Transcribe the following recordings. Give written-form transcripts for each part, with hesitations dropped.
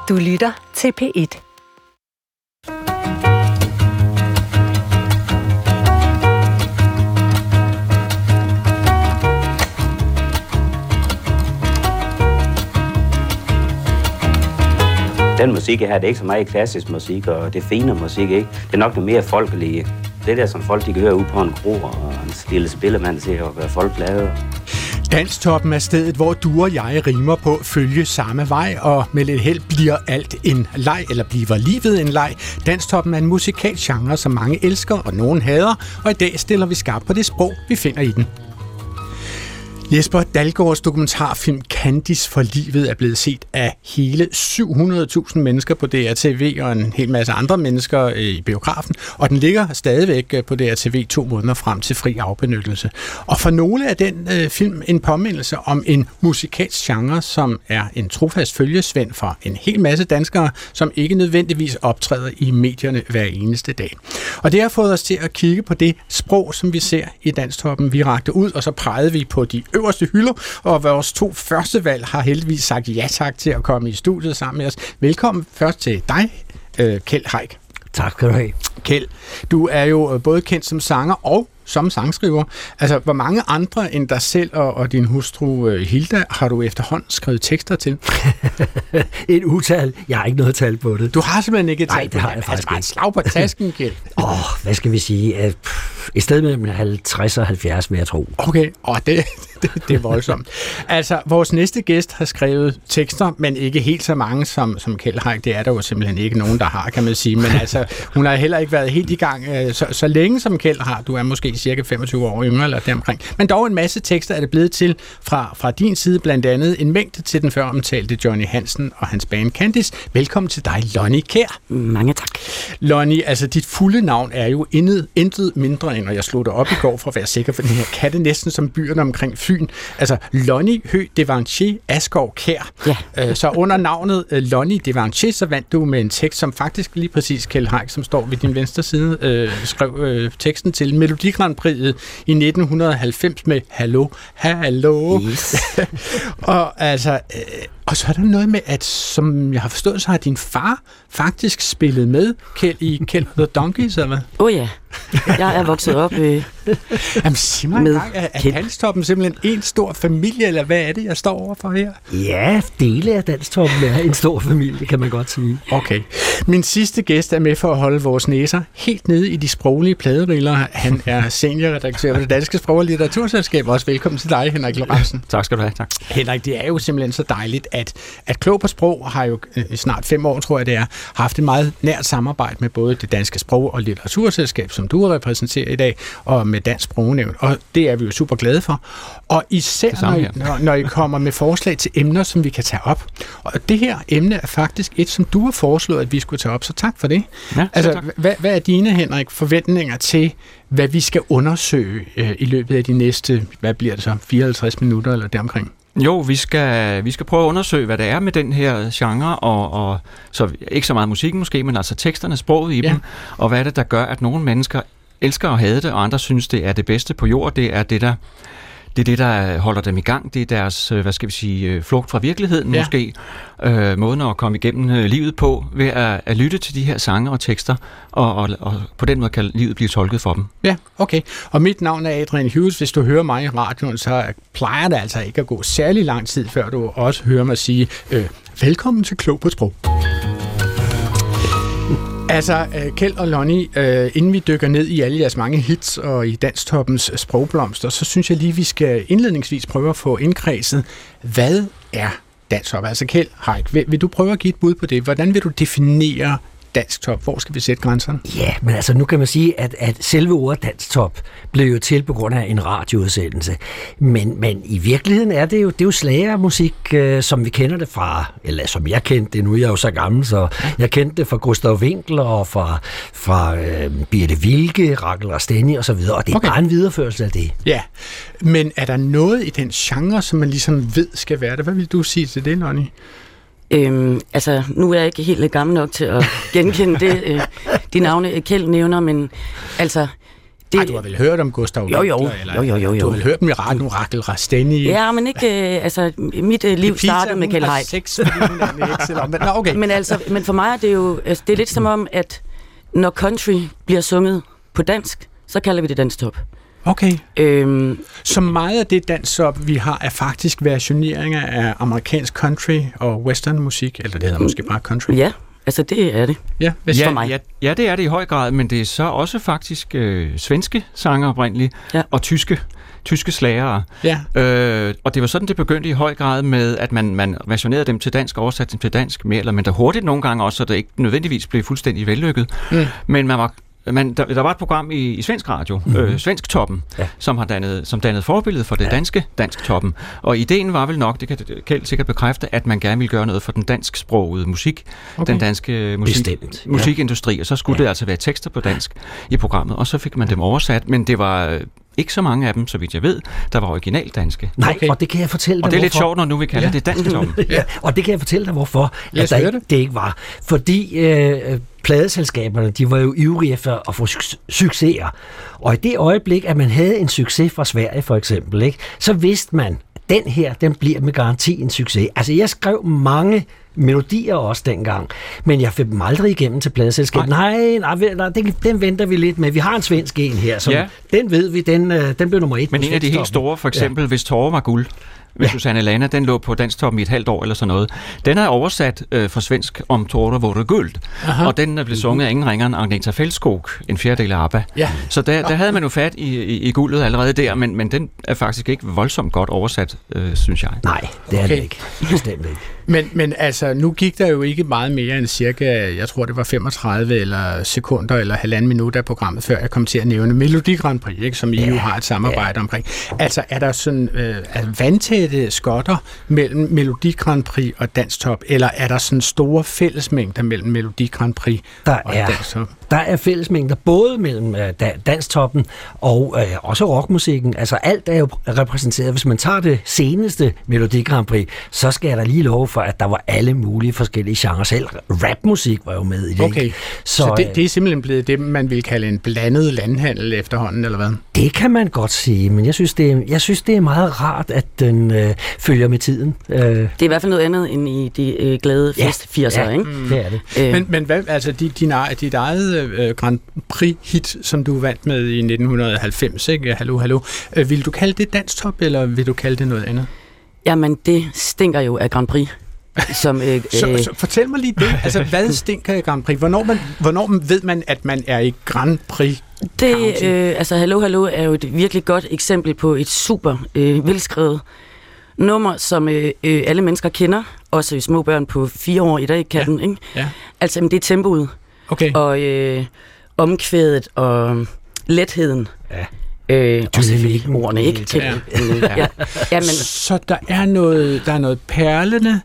Du lytter til P1. Den musik her, det er ikke så meget klassisk musik, og det fine musik, ikke? Det er nok noget mere folkelige. Det der, som folk de kan høre ude på en kro, og en lille spillemand til at gøre folk glade. Danstoppen er stedet, hvor du og jeg rimer på følge samme vej, og med lidt held bliver alt en leg, eller bliver livet en leg. Danstoppen er en musikalgenre, som mange elsker, og nogen hader, og i dag stiller vi skarpt på det sprog, vi finder i den. Jesper Dalgaards dokumentarfilm Kandis for livet er blevet set af hele 700.000 mennesker på DRTV og en hel masse andre mennesker i biografen, og den ligger stadigvæk på DRTV 2 måneder frem til fri afbenyttelse. Og for nogle er den film en påmindelse om en musikalsk genre, som er en trofast følgesvend for en hel masse danskere, som ikke nødvendigvis optræder i medierne hver eneste dag. Og det har fået os til at kigge på det sprog, som vi ser i Danstoppen. Vi rakte ud, og så pegede vi på de øverste hylder, og vores 2 første valg har heldigvis sagt ja tak til at komme i studiet sammen med os. Velkommen først til dig, Kjeld Haik. Tak skal du have. Kjeld, du er jo både kendt som sanger og som sangskriver. Altså, hvor mange andre end dig selv og din hustru Hilda har du efterhånden skrevet tekster til? Et utal. Jeg har ikke noget tal på det. Du har simpelthen ikke et tal på det? Nej, det har jeg faktisk ikke. Et slag på tasken, Kjeld. Hvad skal vi sige? Et sted mellem 50 og 70, vil jeg tro. Okay, det er voldsomt. Altså, vores næste gæst har skrevet tekster, men ikke helt så mange som Kjeld Haik. Det er der jo simpelthen ikke nogen, der har, kan man sige. Men altså, hun har heller ikke været helt i gang så længe som Kjeld har. Du er måske cirka 25 år yngre eller deromkring. Men dog en masse tekster er det blevet til fra din side, blandt andet en mængde til den før omtalte Johnny Hansen og hans band Kandis. Velkommen til dig, Lonnie Kjær. Mange tak. Lonnie, altså dit fulde navn er jo intet mindre end, og jeg slog det op i går for at være sikker, for den her katte næsten som byerne omkring Fyn. Altså Lonnie Høgh Devanché Askov Kjær. Ja. Så under navnet Lonnie Devanché, så vandt du med en tekst, som faktisk lige præcis Kjeld Haik, som står ved din venstre side, skrev teksten til Melodi Grand Prix'et i 1990 med Hallo, Hallo. Yes. Og så er der noget med, at som jeg har forstået, så har din far faktisk spillet med i Kjeld the Donkeys, eller hvad? Ja. Jeg er vokset op Jamen sig mig engang, er Danstoppen simpelthen en stor familie, eller hvad er det, jeg står overfor her? Ja, dele af Danstoppen er en stor familie, kan man godt sige. Okay. Min sidste gæst er med for at holde vores næser helt nede i de sproglige pladeriller. Han er seniorredaktør ved det Danske Sprog- og Litteraturselskab. Også velkommen til dig, Henrik Lorentzen. Tak skal du have, tak. Henrik, det er jo simpelthen så dejligt, at Klog på Sprog har jo snart 5 år, tror jeg det er, haft et meget nært samarbejde med både det Danske Sprog- og Litteraturselskab, som du repræsenterer i dag, og med Dansk Sprognævn. Og det er vi jo super glade for. Og især når I kommer med forslag til emner, som vi kan tage op. Og det her emne er faktisk et, som du har foreslået, at vi skulle tage op, så tak for det. Ja, altså, hvad er dine, Henrik, forventninger til, hvad vi skal undersøge i løbet af de næste, hvad bliver det så, 54 minutter eller deromkring? Jo, vi skal prøve at undersøge, hvad det er med den her genre, og så ikke så meget musikken måske, men altså teksterne, sproget i dem, og hvad er det, der gør, at nogle mennesker elsker at have det, og andre synes, det er det bedste på jord. Det er det, der holder dem i gang. Det er deres, flugt fra virkeligheden måske. Måden at komme igennem livet på, ved at lytte til de her sange og tekster, og på den måde kan livet blive tolket for dem. Ja, okay. Og mit navn er Adrian Hughes. Hvis du hører mig i radioen, så plejer det altså ikke at gå særlig lang tid, før du også hører mig sige, velkommen til Klog på Sprog. Altså, Kjeld og Lonnie, inden vi dykker ned i alle jeres mange hits og i Danstoppens sprogblomster, så synes jeg lige, vi skal indledningsvis prøve at få indkredset, hvad er Danstop? Altså Kjeld Haik, vil du prøve at give et bud på det? Hvordan vil du definere Dansktop? Hvor skal vi sætte grænserne? Ja, men altså nu kan man sige, at selve ordet Dansktop blev jo til på grund af en radioudsendelse. Men i virkeligheden er det jo slagermusik, som vi kender det fra, eller som jeg kendte det, nu er jeg jo så gammel, så jeg kendte det fra Gustav Winckler og fra Birte Wilke, Rachel Rastenni og så videre, og det er bare en videreførelse af det. Ja, men er der noget i den genre, som man ligesom ved skal være det? Hvad vil du sige til det, Lonnie? Altså, nu er jeg ikke helt gammel nok til at genkende det, de navne Kjeld nævner, men altså, Ej, du har vel hørt om Gustav Winkler? Jo. Du har vel hørt dem i radioen, Rakel Rasteni? Ja, men ikke... mit liv startede med Kjeld Haik. Sex, fordi hun er en eks, eller... Nå, okay. Men for mig er det jo... Altså, det er lidt som om, at når country bliver sunget på dansk, så kalder vi det danstop. Okay. Så meget af det danstop, vi har, er faktisk versioneringer af amerikansk country og western musik, eller det hedder måske bare country. Ja, altså det er det. Ja, for mig. Ja, det er det i høj grad, men det er så også faktisk svenske sanger oprindeligt, og tyske slagere. Ja. Og det var sådan, det begyndte i høj grad med, at man versionerede dem til dansk, oversatte dem til dansk mere eller mindre hurtigt nogle gange også, så det ikke nødvendigvis blev fuldstændig vellykket. Men der var et program i svensk radio, Svensk Toppen, som dannede forbillede for det dansk Toppen. Og ideen var vel nok, det kan Kjeld sikkert bekræfte, at man gerne ville gøre noget for den dansksprogede musik, den danske musikindustri, og så skulle det altså være tekster på dansk i programmet, og så fik man dem oversat, men det var ikke så mange af dem, så vidt jeg ved, der var originalt danske. Nej, og det kan jeg fortælle dig, og det er lidt sjovt, når nu vi kalder det dansk Toppen. Og det kan jeg fortælle dig, hvorfor det ikke var. Fordi pladeselskaberne, de var jo ivrige for at få succeser. Og i det øjeblik, at man havde en succes fra Sverige for eksempel, ikke, så vidste man, at den bliver med garanti en succes. Altså, jeg skrev mange melodier også dengang, men jeg fik dem aldrig igennem til pladeselskabet. Nej, den venter vi lidt med. Vi har en svensk en her, som den ved vi, den blev nummer 1. Men en af de helt store, for eksempel, Hvis tårer var guld, med Susanne Lana, den lå på Danstoppen i et halvt år eller sådan noget. Den er oversat fra svensk om Tårer vore guld, og den blev sunget af ingen ringere end Agneta Fältskog, en fjerdedel af ABBA. Ja. Så der havde man jo fat i guldet allerede der, men den er faktisk ikke voldsomt godt oversat, synes jeg. Nej, det er det ikke. Bestemt ikke. Men altså, nu gik der jo ikke meget mere end cirka, jeg tror det var 35 eller sekunder eller halvanden minut af programmet, før jeg kom til at nævne Melodi Grand Prix, ikke, som I jo har et samarbejde omkring. Altså, er der sådan vandtætte skotter mellem Melodi Grand Prix og Danstop, eller er der sådan store fællesmængder mellem Melodi Grand Prix og Danstop? Der er fællesmængder både mellem Danstoppen og også rockmusikken. Altså alt er jo repræsenteret. Hvis man tager det seneste Melodi Grand Prix, så skal jeg da lige love for, at der var alle mulige forskellige genrer. Selv rapmusik var jo med i det. Okay, så det er simpelthen blevet det, man vil kalde en blandet landhandel efterhånden, eller hvad? Det kan man godt sige, men jeg synes, det er meget rart, at den følger med tiden. Det er i hvert fald noget andet end i de glade fest 80'ere, ikke? Det er det. Men hvad, altså dit eget Grand Prix-hit, som du vandt med i 1990, ikke? Hallo. Vil du kalde det Danstop, eller vil du kalde det noget andet? Jamen, det stinker jo af Grand Prix. Så fortæl mig lige det. Altså, hvad stinker i Grand Prix? Hvornår ved man, at man er i Grand Prix? Altså, Hallo er jo et virkelig godt eksempel på et super velskrevet nummer, som alle mennesker kender. Også små børn på 4 år i dag kan den, ikke? Ja. Altså, det er tempoet. Okay. Og omkvædet og letheden. Ja. Og selvfølgelig ordene, ikke? Men så der er noget perlende.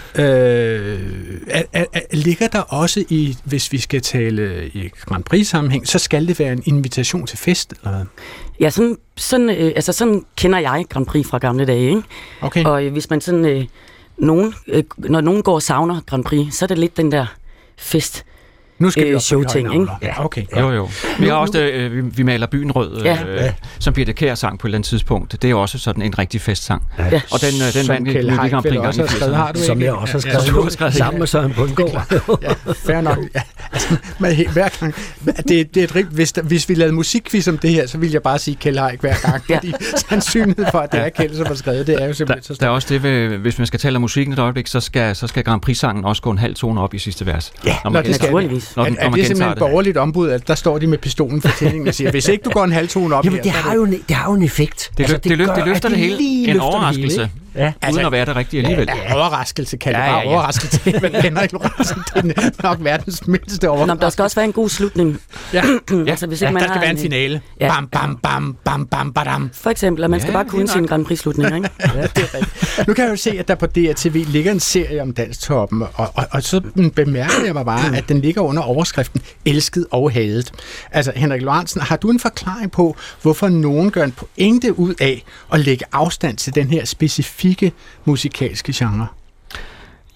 Ligger der også i, hvis vi skal tale i Grand Prix-sammenhæng, så skal det være en invitation til fest, eller hvad? Ja, sådan kender jeg Grand Prix fra gamle dage, ikke? Okay. Og hvis man sådan, når nogen går og savner Grand Prix, så er det lidt den der fest. Nu skal vi showting, ikke? Ja, okay. Jo. Vi har også vi maler byen rød, som Peter Kjær sang på et eller andet tidspunkt. Det er jo også sådan en rigtig festsang. Ja. Og den vandt vi Melodi Grand Prix gang i 80'erne. Som jeg også har skrevet sammen med Søren Bundgaard. Ja, fair nok. Ja. Altså, hver gang. Det er et rigt, hvis vi lavede musikquiz om det her, så ville jeg bare sige Kjeld Haik hver gang. Fordi sandsynligheden for, at det er Kjeld, som har skrevet, det er jo simpelthen så stort. Der er også det ved, hvis man skal tale om musikken et øjeblik, så skal Grand Prix-sangen også gå en halv tone op i sidste vers. Ja, naturligvis. Er det simpelthen et borgerligt ombud, at der står de med pistolen for tændingen og siger, hvis ikke du går en halv tone op. Jamen, det har jo en effekt. Det løfter det hele. En overraskelse. Ja, uden at være det rigtige alligevel. Ja, overraskelse kan det bare overraskelse. Men Henrik Lorentzen, det er nok verdens mindste overraskelse. Der skal også være en god slutning. Altså, hvis ikke man der skal være en finale. Bam, bam, bam, bam, bam, badam. For eksempel, og man skal bare kunne sin Grand Prix-slutning, ikke? Ja, det er rigtigt. Nu kan jeg jo se, at der på DRTV ligger en serie om Danstoppen, og så bemærker jeg mig bare, at den ligger under overskriften Elsket og hadet. Altså, Henrik Lorentzen, har du en forklaring på, hvorfor nogen gør en pointe ud af at lægge afstand til den her specifikke musikalske genre?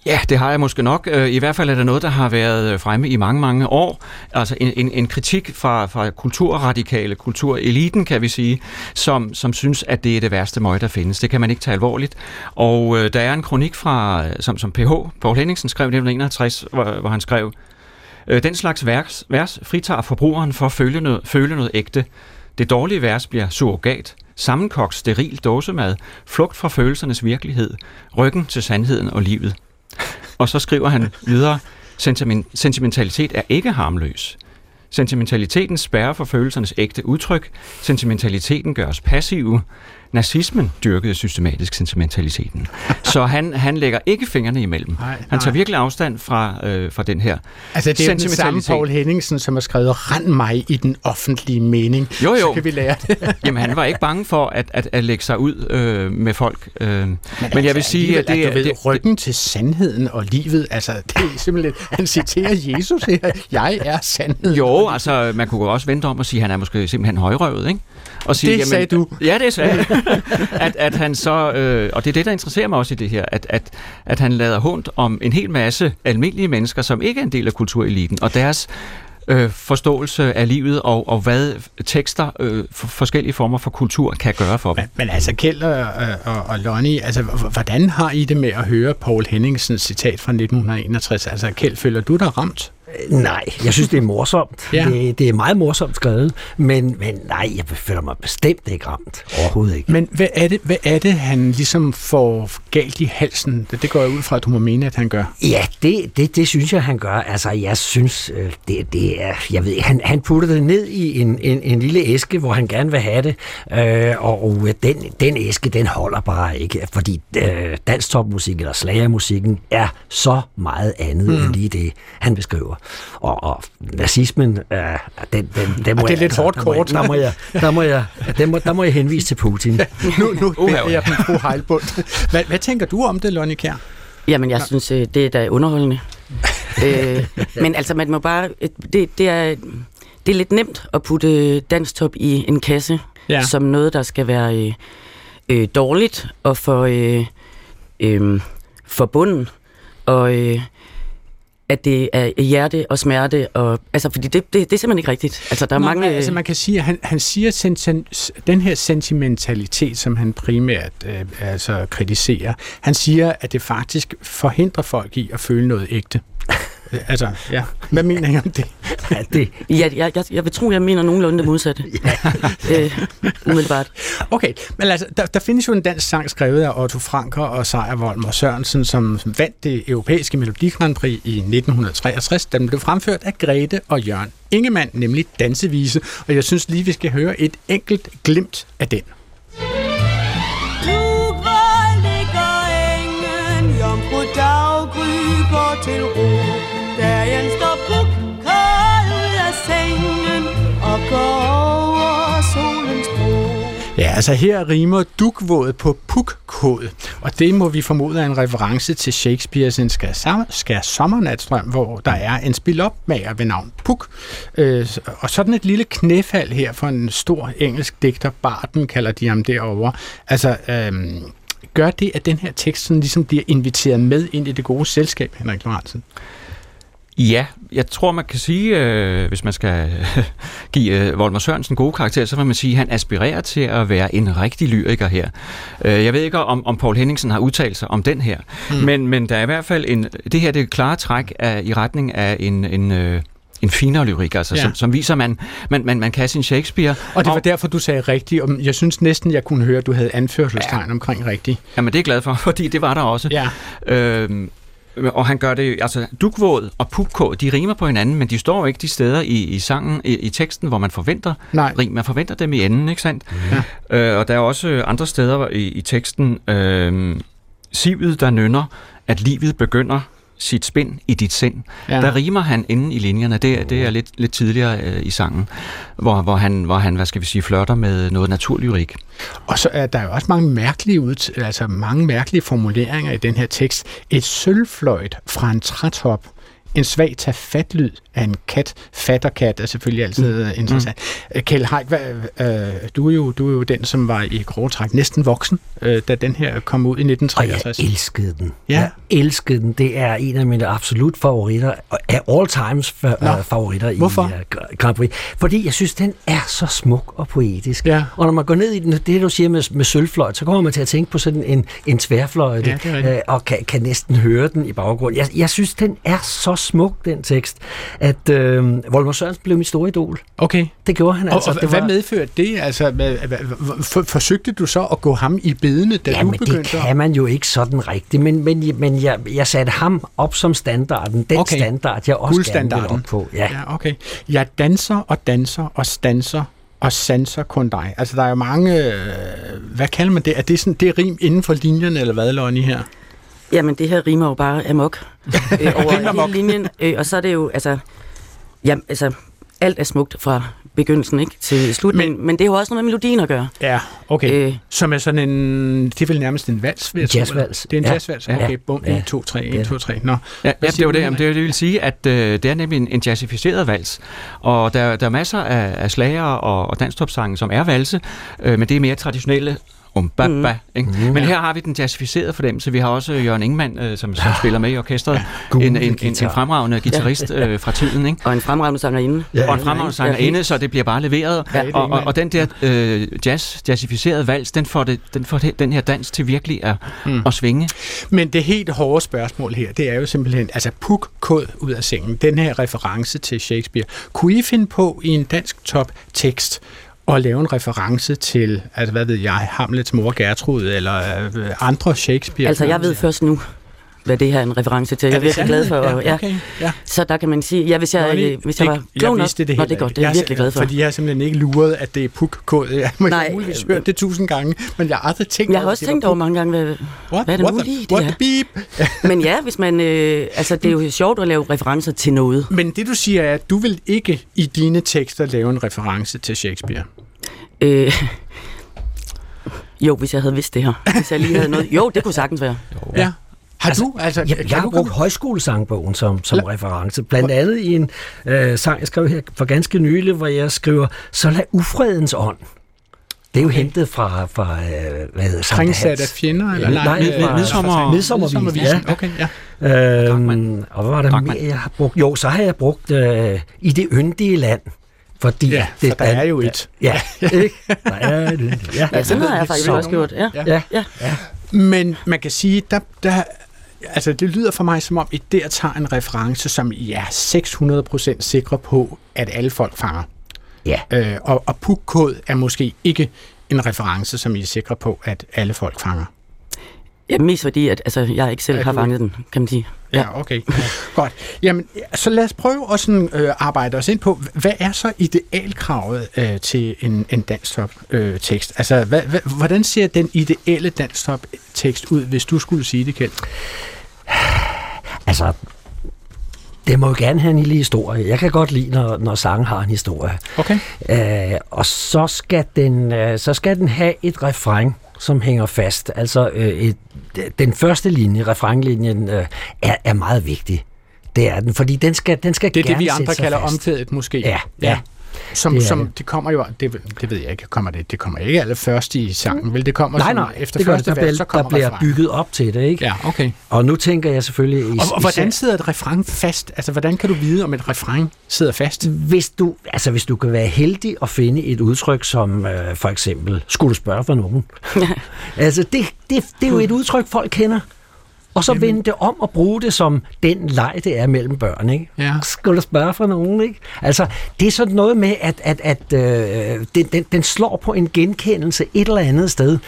Ja, det har jeg måske nok. I hvert fald er det noget, der har været fremme i mange, mange år. Altså en kritik fra kulturradikale, kultureliten, kan vi sige, som synes, at det er det værste møg, der findes. Det kan man ikke tage alvorligt. Og der er en kronik fra, som PH, Poul Henningsen, skrev i 1961, hvor han skrev, den slags vers fritager forbrugeren for at føle noget ægte. Det dårlige vers bliver surrogat, sammenkogt steril dåsemad, flugt fra følelsernes virkelighed, ryggen til sandheden og livet. Og så skriver han videre, sentimentalitet er ikke harmløs. Sentimentaliteten spærrer for følelsernes ægte udtryk. Sentimentaliteten gør os passive. Nazismen dyrkede systematisk sentimentaliteten. Så han lægger ikke fingrene imellem. Han tager virkelig afstand fra den her altså det er den samme Poul Henningsen, som har skrevet "Rend mig i den offentlige mening". Jo. Så kan vi lære det. Jamen han var ikke bange for at lægge sig ud med folk. Men jeg vil sige, at det ryggen til sandheden og livet, altså det er simpelthen, han citerer Jesus her, jeg er sandheden. Jo, altså man kunne også vente om at sige, at han er måske simpelthen højrøvet, ikke? Og sige, det sagde du. Ja, det sagde jeg. at han så, og det er det, der interesserer mig også i det her, at han lader hånd om en hel masse almindelige mennesker, som ikke er en del af kultureliten, og deres forståelse af livet, og hvad tekster, forskellige former for kultur kan gøre for dem. Men altså Kjeld og Lonnie, altså hvordan har I det med at høre Poul Henningsens citat fra 1961? Altså Kjeld, føler du dig ramt? Nej, jeg synes, det er morsomt. Ja. Det er meget morsomt skrevet, men nej, jeg føler mig bestemt ikke ramt. Overhovedet ikke. Men hvad er det, han ligesom får galt i halsen? Det går jeg ud fra, at du må mene, at han gør. Ja, det synes jeg, han gør. Altså, jeg synes, det er... Jeg ved, han putter det ned i en lille æske, hvor han gerne vil have det, og den æske, den holder bare ikke, fordi dansktopmusik eller slagermusikken er så meget andet end lige det, han beskriver. Og nazismen, den må det er lidt hårdt kort. Der må jeg henvise til Putin. Nu beder jeg dem på Heilbund. Hvad tænker du om det, Lonnie Kjær? Jamen, jeg synes, det er da underholdende. Men altså, man må bare... Det er lidt nemt at putte dansktop i en kasse, som noget, der skal være dårligt og forbundet, og... at det er hjerte og smerte, og, altså, fordi det er simpelthen ikke rigtigt. Altså, der er mange... Altså, man kan sige, at han siger, den her sentimentalitet, som han primært kritiserer, han siger, at det faktisk forhindrer folk i at føle noget ægte. Altså, ja. Hvad mener I om det? Jeg vil tro, jeg mener nogenlunde det modsatte. Umiddelbart. Okay, men altså, der findes jo en dansk sang skrevet af Otto Franker og Sejer Volmer Sørensen, som vandt det europæiske Melodi Grand Prix i 1963. Den blev fremført af Grete og Jørgen Ingemann, nemlig Dansevise, og jeg synes lige, vi skal høre et enkelt glimt af den. Går til ro, dagen står puk, kold af sengen og går over solens bro. Ja, altså her rimer dugvåd på pukkåd, og det må vi formode er en reference til Shakespeares En skær sommernatsdrøm, hvor der er en spilopmager ved navn Puk. Og sådan et lille knæfald her for en stor engelsk digter, Barden kalder de ham derovre. Altså... Gør det, at den her tekst sådan ligesom bliver inviteret med ind i det gode selskab, Henrik Lorentzen? Ja, jeg tror, man kan sige, hvis man skal give Volmer Sørensen gode karakterer, så vil man sige, at han aspirerer til at være en rigtig lyriker her. Jeg ved ikke, om Poul Henningsen har udtalt sig om den her, men der er i hvert fald det her det er et klare træk i retning af en finere lyrik, altså, som viser, man kan sin Shakespeare. Og det var derfor, du sagde rigtigt. Jeg synes næsten, jeg kunne høre, at du havde anførselstegn omkring rigtigt. Jamen, det er jeg glad for, fordi det var der også. Ja. Og han gør det, altså dugvåd og pukkåd, de rimer på hinanden, men de står jo ikke de steder i sangen, i teksten, hvor man forventer rim. Man forventer dem i enden, ikke sandt? Ja. Og der er også andre steder i teksten, sivet, der nynner, at livet begynder sit spind i dit sind. Ja. Der rimer han inde i linjerne. Det er lidt tidligere i sangen, hvor han, hvad skal vi sige, flirter med noget naturlyrik. Og så er der jo også mange mærkelige formuleringer i den her tekst. Et sølvfløjt fra en trætop, En svag tafatlyd af en kat. Fatterkat er selvfølgelig altid interessant. Kjeld Haik, du er jo den, som var i grove træk næsten voksen, da den her kom ud i 1963. Og jeg elskede den. Ja. Jeg elskede den. Det er en af mine absolut favoritter, af all times favoritter i Grand Prix. Fordi jeg synes, den er så smuk og poetisk. Ja. Og når man går ned i den, det du siger med sølvfløjt, så kommer man til at tænke på sådan en tværfløjte, og kan næsten høre den i baggrunden. Jeg synes, den er så smuk, den tekst, at Volmer Sørensen blev mit store idol. Okay. Det gjorde han altså. Og hvad medførte det? Altså, forsøgte du så at gå ham i bedene, da du begyndte? Det kan man jo ikke sådan rigtigt, men jeg satte ham op som standarden. Den standard, jeg også gerne vil op på. Ja, okay. Jeg danser og danser og stanser og sanser kun dig. Altså, der er jo mange... hvad kalder man det? Er det sådan det rim inden for linjerne, eller hvad, Lonnie, her? Jamen, det her rimer jo bare amok over hele linjen. Og så er det jo, alt er smukt fra begyndelsen, ikke, til slutningen, men det er jo også noget med melodien at gøre. Ja, okay. Som er sådan en... Det er vel nærmest en vals, vil jeg tro. Jazzvals. Det er en jazzvals. Okay, bum, 1, 2, 3, 1, 2, 3. Nå. Ja, det var det. Jamen, det vil sige, at det er nemlig en jazzificeret vals, og der er masser af slager og danstopsange, som er valse, men det er mere traditionelle Men her har vi den jazzificerede fornemmelse. Vi har også Jørgen Ingemann, som spiller med i orkestret. En fremragende guitarist fra tiden. Ikke? Og en fremragende sangerinde. Og en fremragende sangerinde, så det bliver bare leveret. Og den der jazzificerede vals, den får den her dans til virkelig at svinge. Men det helt hårde spørgsmål her, det er jo simpelthen, altså puk-kod ud af sengen. Den her reference til Shakespeare. Kunne I finde på i en dansk top-tekst og lave en reference til, altså hvad ved jeg, Hamlets mor Gertrud, eller andre Shakespeare? Altså jeg ved først nu, hvad det her er en reference til. Jeg er virkelig glad for. Ja. Så der kan man sige, hvis jeg var klog nok, det er godt, det er jeg virkelig glad for. Fordi jeg har simpelthen ikke luret, at det er puk-kod. Jeg har muligvis hørt det 1000 gange, men jeg har aldrig tænkt over, jeg har også tænkt over mange gange, hvad er det muligt? What the beep? Men ja, hvis man, det er jo sjovt at lave referencer til noget. Men det du siger er, at du vil ikke i dine tekster lave en reference til Shakespeare? Jo, hvis jeg havde vidst det her. Hvis jeg lige havde noget. Jo, det kunne sagtens være. Ja. Har du? Jeg har brugt højskolesangbogen som reference. Blandt andet i en sang, jeg skrev her for ganske nylig, hvor jeg skriver, så lad ufredens ånd. Det er jo hentet fra hvad hedder det? Kringsat af fjender? Eller? Nej, Midsommervisen. Ja. Okay, ja. Og hvad var der mere, jeg har brugt? Jo, så har jeg brugt i det yndige land. Fordi for der er jo et. Ja, ikke? Der er det. Ja, sådan har jeg faktisk også gjort. Ja. Men man kan sige, der altså det lyder for mig som om, I der tager en reference, som I er 600% sikre på, at alle folk fanger. Ja. Og puk-kod er måske ikke en reference, som I er sikre på, at alle folk fanger. Ja, mest fordi, at jeg ikke selv har fanget den, kan man sige. Ja, okay. Godt. Jamen, så lad os prøve at arbejde os ind på, hvad er så idealkravet til en dansktop-tekst? Altså, hvordan ser den ideelle dansktop-tekst ud, hvis du skulle sige det, Kjeld? Altså, det må jo gerne have en lille historie. Jeg kan godt lide, når sangen har en historie. Okay. Og så skal den have et refræn, som hænger fast. Altså, den første linje, refrænlinjen, er meget vigtig. Det er den, fordi den skal gerne sætte sig fast. Det er det, vi andre kalder omkvædet, måske. Ja. Det kommer jo, det ved jeg ikke, det kommer ikke allerførst i sangen, vel? Det kommer nej, efter første vers, så kommer der bliver bygget op til det, ikke? Ja, okay. Og nu tænker jeg selvfølgelig... Og hvordan sidder et refræn fast? Altså, hvordan kan du vide, om et refræn sidder fast? Hvis du kan være heldig at finde et udtryk, som for eksempel, skulle du spørge for nogen? Altså, det er jo et udtryk, folk kender. Og så vende det om og bruge det som den leg, det er mellem børn, ikke? Ja. Skal du spørge for nogen, ikke? Altså, det er sådan noget med, at den slår på en genkendelse et eller andet sted.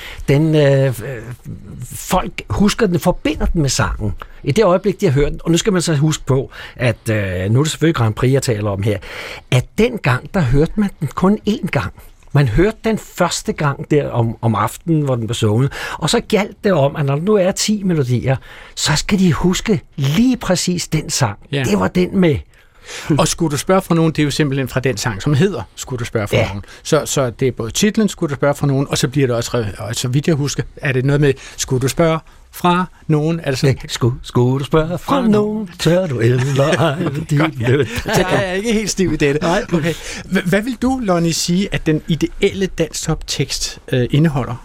Folk husker den, forbinder den med sangen. I det øjeblik, de har hørt den, og nu skal man så huske på, at nu er det selvfølgelig Grand Prix, jeg taler om her, at dengang, der hørte man den kun én gang. Man hørte den første gang der om aftenen, hvor den blev sunget, og så gjaldt det om, at når der nu er 10 melodier, så skal de huske lige præcis den sang. Yeah. Det var den med Og skulle du spørge fra nogen, det er jo simpelthen fra den sang, som hedder Skulle du spørge fra nogen. Så det er både titlen, Skulle du spørge fra nogen, og så bliver det også, så vidt jeg husker, er det noget med, Skulle du spørge fra nogen? Er det sådan? Skulle du spørge fra nogen, tør du eller ej? Jeg er ikke helt stiv i dette. Nej. Okay. Hvad vil du, Lonnie, sige, at den ideelle dansktop-tekst indeholder?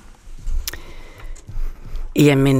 Jamen,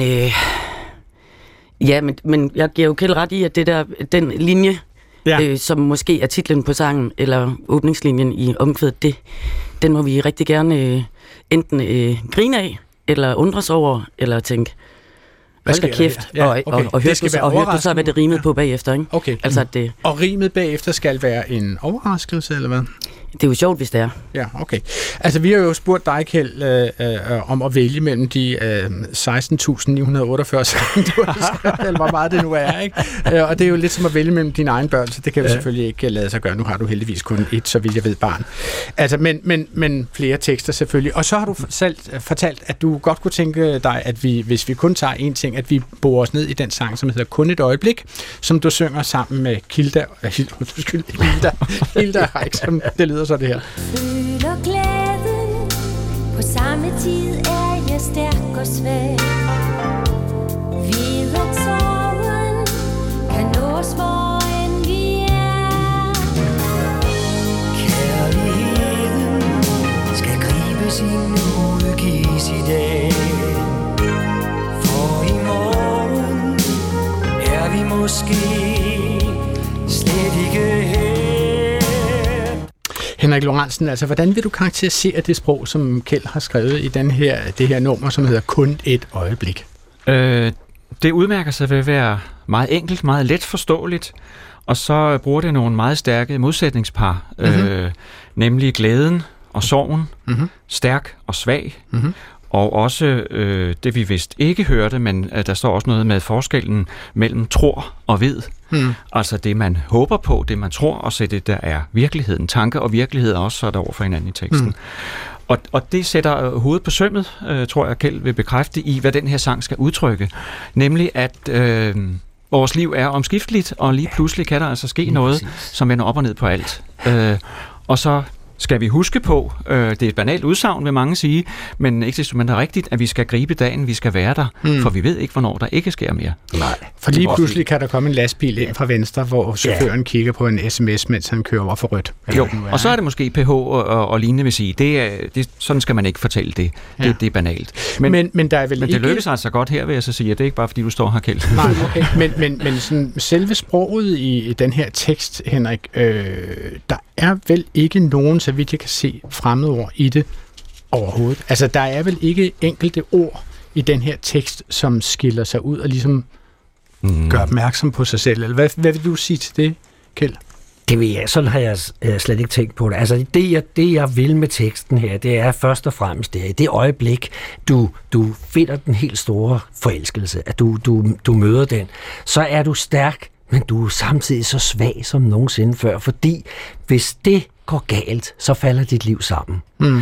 men jeg giver jo Kjeld ret i, at det der, den linje, som måske er titlen på sangen, eller åbningslinjen i omkvædet, den må vi rigtig gerne enten grine af, eller undres over, eller tænke, hold da kæft, og hørte du så, hvad det rimede på bagefter, ikke? Okay. Altså, det, og rimet bagefter skal være en overraskelse, eller hvad? Det er jo sjovt, hvis det er. Ja, okay. Altså, vi har jo spurgt dig, Kjeld, om at vælge mellem de 16.948 sange, du har skrevet, eller hvor meget det nu er, ikke? Og det er jo lidt som at vælge mellem dine egne børn, så det kan vi selvfølgelig ikke lade sig gøre. Nu har du heldigvis kun et, så vidt jeg ved, barn. Altså, men flere tekster selvfølgelig. Og så har du selv fortalt, at du godt kunne tænke dig, at hvis vi kun tager en ting, at vi borer os ned i den sang, som hedder Kun et øjeblik, som du synger sammen med Hilda Reich, som det lyder så det her. Føler glæden, på samme tid er jeg stærk og svag. Ved at sorgen kan nås, hvor end vi er. Kærligheden skal gribes ind og udgives i dag. For i morgen er vi måske slet ikke her. Henrik Lorentzen, altså hvordan vil du karakterisere det sprog, som Kjeld har skrevet i det her nummer, som hedder Kun et øjeblik? Det udmærker sig ved at være meget enkelt, meget let forståeligt, og så bruger det nogle meget stærke modsætningspar, nemlig glæden og sorgen, stærk og svag, og også det vi vist ikke hørte, men der står også noget med forskellen mellem tror og ved. Altså det man håber på, det man tror, og så det der er virkeligheden. Tanke og virkelighed er også sat over for hinanden i teksten. Og det sætter hovedet på sømmet, tror jeg Kjeld vil bekræfte i, hvad den her sang skal udtrykke. Nemlig at vores liv er omskifteligt, og lige pludselig kan der altså ske noget, som vender op og ned på alt. Og så skal vi huske på, det er et banalt udsagn, vil mange sige, men ikke desto mindre rigtigt, at vi skal gribe dagen, vi skal være der, for vi ved ikke, hvornår der ikke sker mere. Nej, for lige pludselig kan der komme en lastbil ind fra venstre, hvor chaufføren kigger på en sms, mens han kører over for rødt. Jo, og så er det måske PH og lignende vil sige, sådan skal man ikke fortælle det. Det er banalt. Men der er vel det lykkes altså godt her, vil jeg så sige, at det er ikke bare, fordi du står her, Kjeld. Nej, okay. men sådan, selve sproget i den her tekst, Henrik, der er vel ikke nogen, så vidt jeg kan se, fremmedord i det overhovedet. Altså, der er vel ikke enkelte ord i den her tekst, som skiller sig ud og ligesom gør opmærksom på sig selv. Eller hvad vil du sige til det, Kjeld? Det vil jeg, sådan har jeg slet ikke tænkt på det. Altså det jeg vil med teksten her, det er først og fremmest det, i det øjeblik, du finder den helt store forelskelse, at du møder den, så er du stærk, men du er samtidig så svag som nogensinde før, fordi hvis det går galt, så falder dit liv sammen.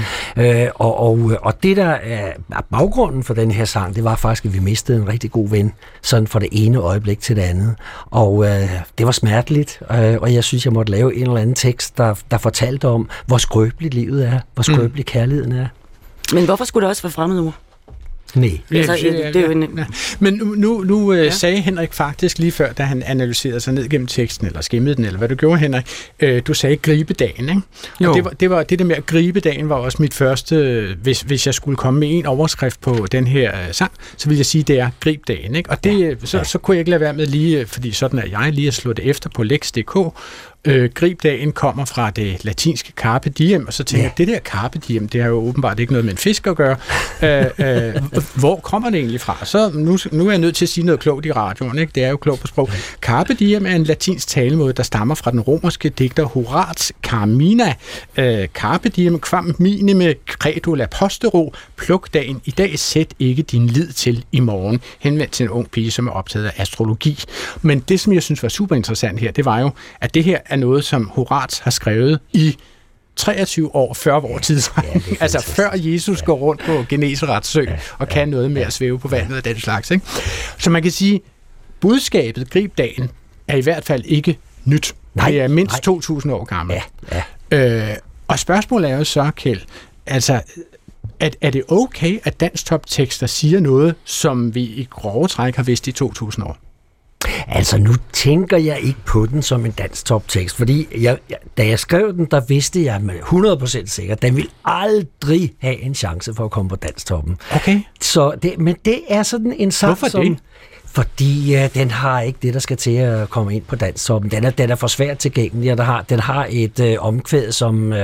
Og det, der er baggrunden for den her sang, det var faktisk, at vi mistede en rigtig god ven, sådan fra det ene øjeblik til det andet. Og det var smerteligt, og jeg synes, jeg måtte lave en eller anden tekst, der fortalte om, hvor skrøbeligt livet er, hvor skrøbelig kærligheden er. Men hvorfor skulle det også være fremmedord? Nej. Men nu sagde Henrik faktisk lige før, da han analyserede sig ned gennem teksten, eller skimmede den, eller hvad du gjorde, Henrik, du sagde gribedagen, ikke? Og det var det der med at gribedagen var også mit første, hvis jeg skulle komme med en overskrift på den her sang, så ville jeg sige, det er gribdagen, ikke? Og det, så kunne jeg ikke lade være med lige, fordi sådan er jeg, lige at slå det efter på lex.dk. Gribdagen kommer fra det latinske carpe diem, og så tænker jeg, det der carpe diem, det har jo åbenbart ikke noget med en fisk at gøre. Hvor kommer det egentlig fra? Så nu er jeg nødt til at sige noget klogt i radioen, ikke? Det er jo klogt på sprog. Carpe diem er en latinsk talemåde, der stammer fra den romerske digter Horaz Carmina. Carpe diem quam minime credula postero, pluk dagen i dag, sæt ikke din lid til i morgen. Henvendt til en ung pige, som er optaget af astrologi. Men det, som jeg synes var super interessant her, det var jo, at det her er noget, som Horaz har skrevet i 23 år før vores tidsregning. Altså før Jesus går rundt på Genesarets sø og kan noget med at svæve på vandet og den slags. Ikke? Så man kan sige, budskabet grib dagen er i hvert fald ikke nyt. Nej, det er mindst 2.000 år gammel. Ja. Og spørgsmålet er jo så, Kjeld, altså, er det okay, at dansktoptekster siger noget, som vi i grove træk har vidst i 2.000 år? Altså, nu tænker jeg ikke på den som en dansktoptekst, fordi da jeg skrev den, der vidste jeg med 100% sikkert, at den ville aldrig have en chance for at komme på dansktoppen. Okay. Men det er sådan en sang, hvorfor det? Fordi den har ikke det, der skal til at komme ind på dansktoppen. Den er for svært tilgængelig, og den har et omkvæd,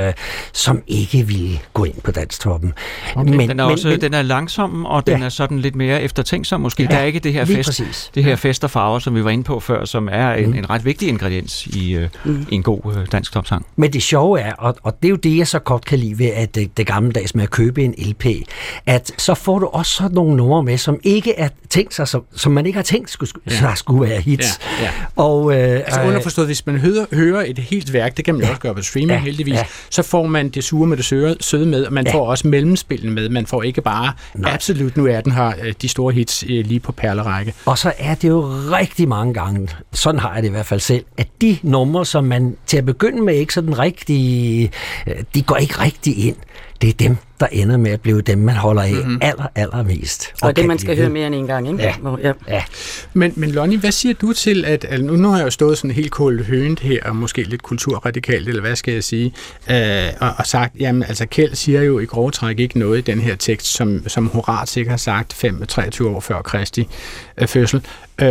som ikke vil gå ind på dansktoppen. Okay. Den er langsom, og den er sådan lidt mere eftertænksom måske. Der er ikke det her fest og farver, som vi var inde på før, som er en ret vigtig ingrediens i en god dansktopsang. Men det sjove er, og det er jo det, jeg så godt kan lide ved at det gammeldags med at købe en LP, at så får du også sådan nogle numre med, som ikke er tænkt sig, som man ikke har tænkt skulle være hits. Ja. Og, altså underforstået, hvis man hører et helt værk, det kan man også gøre på streaming heldigvis, så får man det sure med det søde med, og man får også mellemspillene med. Man får ikke bare absolut, nu er den her, de store hits lige på perlerække. Og så er det jo rigtig mange gange, sådan har jeg det i hvert fald selv, at de numre, som man til at begynde med ikke sådan rigtig, de går ikke rigtig ind. Det er dem, der ender med at blive dem, man holder af allermest. Og det, man skal høre mere end en gang, ikke? Ja. Men Lonnie, hvad siger du til, at nu har jeg jo stået sådan helt koldt hønt her, og måske lidt kulturradikalt, eller hvad skal jeg sige, og sagt, jamen altså Kjeld siger jo i grove træk ikke noget i den her tekst, som Horaz ikke har sagt 23 år før Kristi fødsel.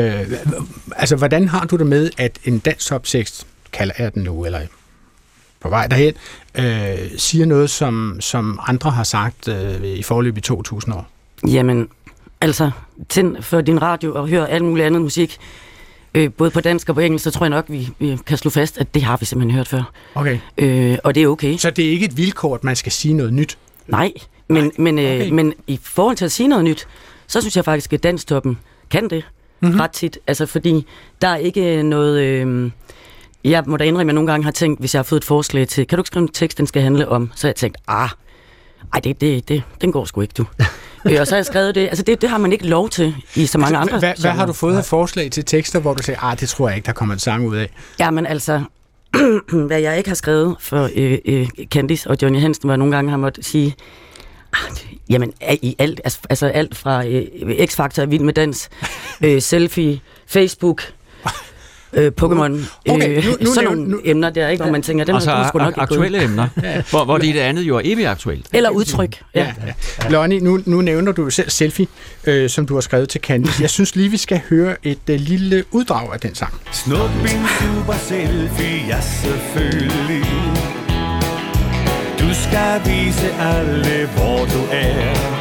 Altså, hvordan har du det med, at en dansktoptekst, kalder jeg den nu, eller på vej derhen, siger noget, som andre har sagt i forløb i 2.000 år? Jamen, altså, tænd for din radio og hør alt muligt andet musik, både på dansk og på engelsk, så tror jeg nok, vi kan slå fast, at det har vi simpelthen hørt før. Okay. Og det er okay. Så det er ikke et vilkår, at man skal sige noget nyt? Nej, men i forhold til at sige noget nyt, så synes jeg faktisk, at dansktoppen kan det ret tit. Altså, fordi der er ikke noget... Jeg må da indrømme, at jeg nogle gange har tænkt, hvis jeg har fået et forslag til, kan du ikke skrive en tekst, den skal handle om? Så har jeg tænkt, den går sgu ikke, du. Og så har jeg skrevet det. Altså, det har man ikke lov til i så mange andre. Hvad har du fået af forslag til tekster, hvor du siger, det tror jeg ikke, der kommer en sang ud af? Jamen altså, hvad jeg ikke har skrevet for Candice og Johnny Hansen, hvor jeg nogle gange har måttet sige, jamen, i alt, altså alt fra X-Factor, Vild med Dans, Selfie, Facebook... Pokémon, sådan nogle emner der, ikke, hvor man tænker, den har du sgu nok ikke aktuelle emner, hvor det andet jo er evigt aktuelt. Eller udtryk. Ja. Lonnie, nu nævner du selv Selfie, som du har skrevet til Candice. Jeg synes lige, vi skal høre et lille uddrag af den sang. Snup en super selfie, ja selvfølgelig. Du skal vise alle, hvor du er.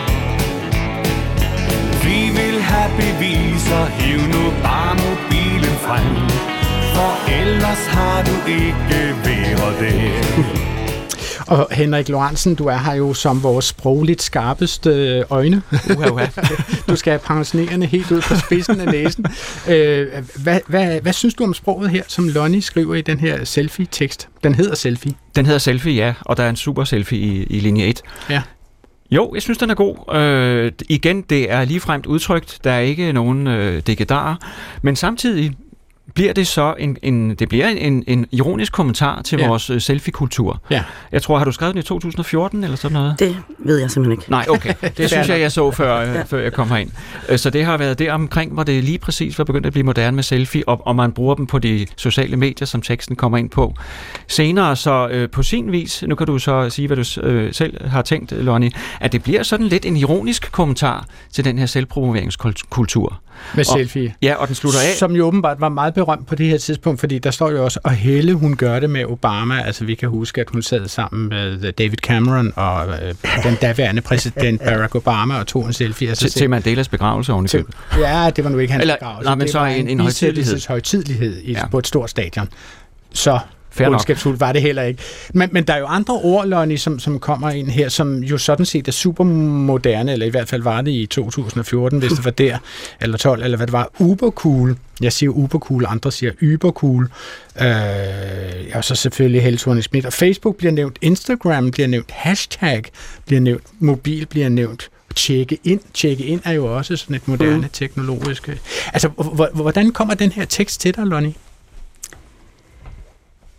Vi vil have beviser, hiv nu bare mobilen frem, for ellers har du ikke været der. Og Henrik Lorentzen, du er her jo som vores sprogligt skarpeste øjne. Du skal have pensionerende helt ud på spidsen af næsen. Hvad synes du om sproget her, som Lonnie skriver i den her selfie-tekst? Den hedder Selfie. Den hedder Selfie, ja, og der er en super selfie i linje 1. Ja. Jo, jeg synes, den er god. Igen, det er ligefremt udtrykt. Der er ikke nogen dekedarer. Men samtidig bliver det så en ironisk kommentar til vores selfie-kultur. Ja. Jeg tror, har du skrevet den i 2014 eller sådan noget? Det ved jeg simpelthen ikke. Nej, okay. Det synes jeg så før jeg kom herind. Så det har været der omkring, hvor det lige præcis var begyndt at blive moderne med selfie, og man bruger dem på de sociale medier, som teksten kommer ind på. Senere så på sin vis, nu kan du så sige, hvad du selv har tænkt, Lonnie, at det bliver sådan lidt en ironisk kommentar til den her selvpromoveringskultur. Med selfie. Ja, og den slutter af. Som jo åbenbart var meget berømt på det her tidspunkt, fordi der står jo også, og Helle, hun gør det med Obama. Altså, vi kan huske, at hun sad sammen med David Cameron og den daværende præsident Barack Obama og tog en selfie af sig selv. Til Mandelas begravelse ovenikøbet. Ja, det var nu ikke hans begravelse. Nej, men så en højtidelighed på et stort stadion. Så ondskabsfuldt var det heller ikke. Men der er jo andre ord, Lonnie, som kommer ind her, som jo sådan set er supermoderne, eller i hvert fald var det i 2014, hvis det var der, eller 12, eller hvad det var. Ubercool. Jeg siger ubercool, andre siger ybercool. Og så selvfølgelig Helle Thorning-Schmidt. Og Facebook bliver nævnt, Instagram bliver nævnt, hashtag bliver nævnt, mobil bliver nævnt. Tjekke ind er jo også sådan et moderne teknologisk. Altså, hvordan kommer den her tekst til dig, Lonnie?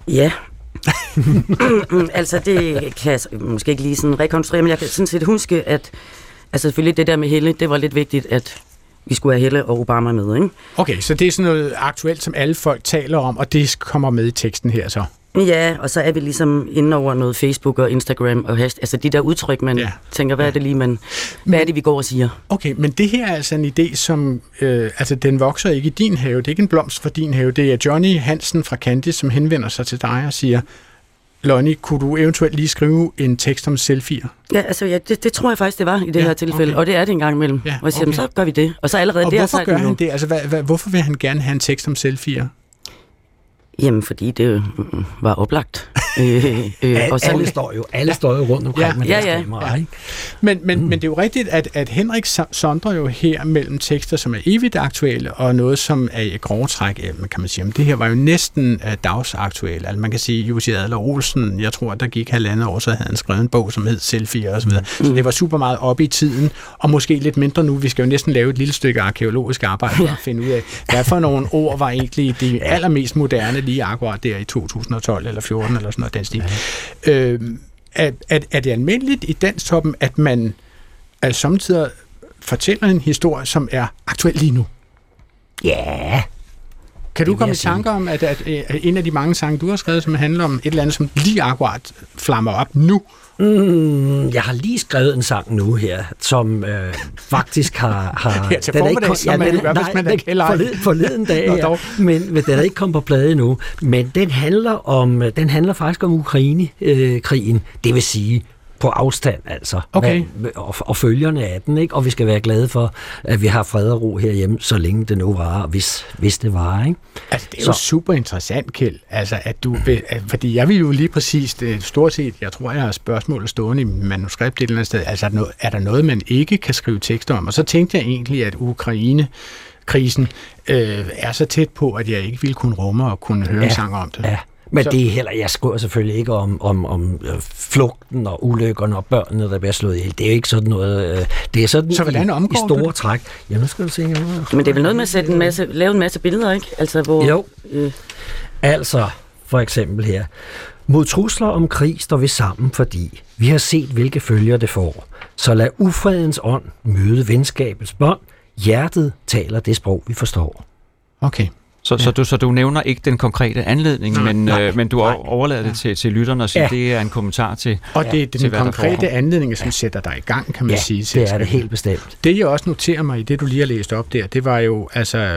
Ja. Altså, det kan jeg måske ikke lige sådan rekonstruere, men jeg kan sådan set huske, at altså selvfølgelig det der med Helle, det var lidt vigtigt, at vi skulle have Helle og Obama med, ikke? Okay, så det er sådan noget aktuelt, som alle folk taler om, og det kommer med i teksten her så? Ja, og så er vi ligesom inde over noget Facebook og Instagram og altså de der udtryk, man tænker, hvad er det lige, hvad er det, vi går og siger? Okay, men det her er altså en idé, som, altså den vokser ikke i din have, det er ikke en blomst fra din have, det er Johnny Hansen fra Candice, som henvender sig til dig og siger, Lonnie, kunne du eventuelt lige skrive en tekst om selfie'er? Ja, altså det tror jeg faktisk, det var i det her tilfælde, og det er det en gang imellem. Ja, og jeg siger, så gør vi det. Og så allerede og der, hvorfor gør han det? Altså, hvorfor vil han gerne have en tekst om selfie'er? Jamen, fordi det var oplagt. Alle står jo rundt omkring med deres kamera, ikke? Men det er jo rigtigt, at Henrik sondrer jo her mellem tekster, som er evigt aktuelle, og noget, som er i grove træk, kan man sige, det her var jo næsten dagsaktuelt. Altså man kan sige, Jussi Adler Olsen, jeg tror, der gik 1,5 år, så havde han skrevet en bog, som hed Selfie og så videre. Så det var super meget oppe i tiden, og måske lidt mindre nu. Vi skal jo næsten lave et lille stykke arkæologisk arbejde for at finde ud af, hvad for nogle ord var egentlig det allermest moderne lige akkurat der i 2012 eller 14 eller sådan noget den stil. Er det almindeligt i Danstoppen, at man samtidig fortæller en historie, som er aktuel lige nu? Ja. Kan du komme i tanker om, at en af de mange sange, du har skrevet, som handler om et eller andet, som lige akkurat flammer op nu? Jeg har lige skrevet en sang nu her, som faktisk har ja, til formiddag, som man gør, hvis man er kælder. Forleden dag, ja, men den er ikke kommet på plade endnu. Men den handler faktisk om Ukraine-krigen, det vil sige på afstand, altså. Okay. Og følgerne af den, ikke? Og vi skal være glade for, at vi har fred og ro herhjemme, så længe det nu varer, hvis det varer, ikke? Altså, det er jo super interessant, Kjeld. Altså, fordi jeg vil jo lige præcis, stort set, jeg tror, jeg har spørgsmålet stående i manuskript et eller andet sted. Altså, er der noget, man ikke kan skrive tekster om? Og så tænkte jeg egentlig, at Ukraine-krisen er så tæt på, at jeg ikke ville kunne rumme og kunne høre en sang om det. Ja. Men det er heller, jeg skriver selvfølgelig ikke om flugten og ulykkerne og børnene, der bliver slået ihjel. Det er jo ikke sådan noget. Det er sådan i store træk. Ja, nu skal du se. Men det er vel noget med at lave en masse billeder, ikke? Altså, hvor, jo. Altså, for eksempel her. Mod trusler om krig står vi sammen, fordi vi har set, hvilke følger det får. Så lad ufredens ånd møde venskabets bånd. Hjertet taler det sprog, vi forstår. Okay. Så du nævner ikke den konkrete anledning, men du overlader det til lytterne og siger, at det er en kommentar til. Og det er den konkrete anledning, som sætter dig i gang, kan man sige. Det er det helt bestemt. Det jeg også noterer mig i det, du lige har læst op der, det var jo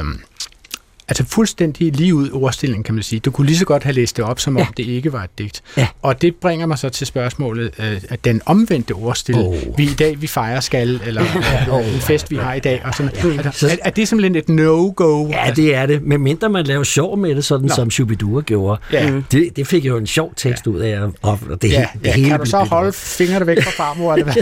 altså fuldstændig lige ud ordstilling, kan man sige. Du kunne lige så godt have læst det op, som om det ikke var et digt. Ja. Og det bringer mig så til spørgsmålet, at den omvendte ordstilling, vi fejrer skal, eller en fest, vi har i dag, og sådan. Er det simpelthen et no-go? Ja, det er det. Men mindre man laver sjov med det, sådan som Shubidua gjorde. Ja. Det fik jo en sjov tekst ud af, og det hele. Kan du så holde fingrene væk fra farmor, eller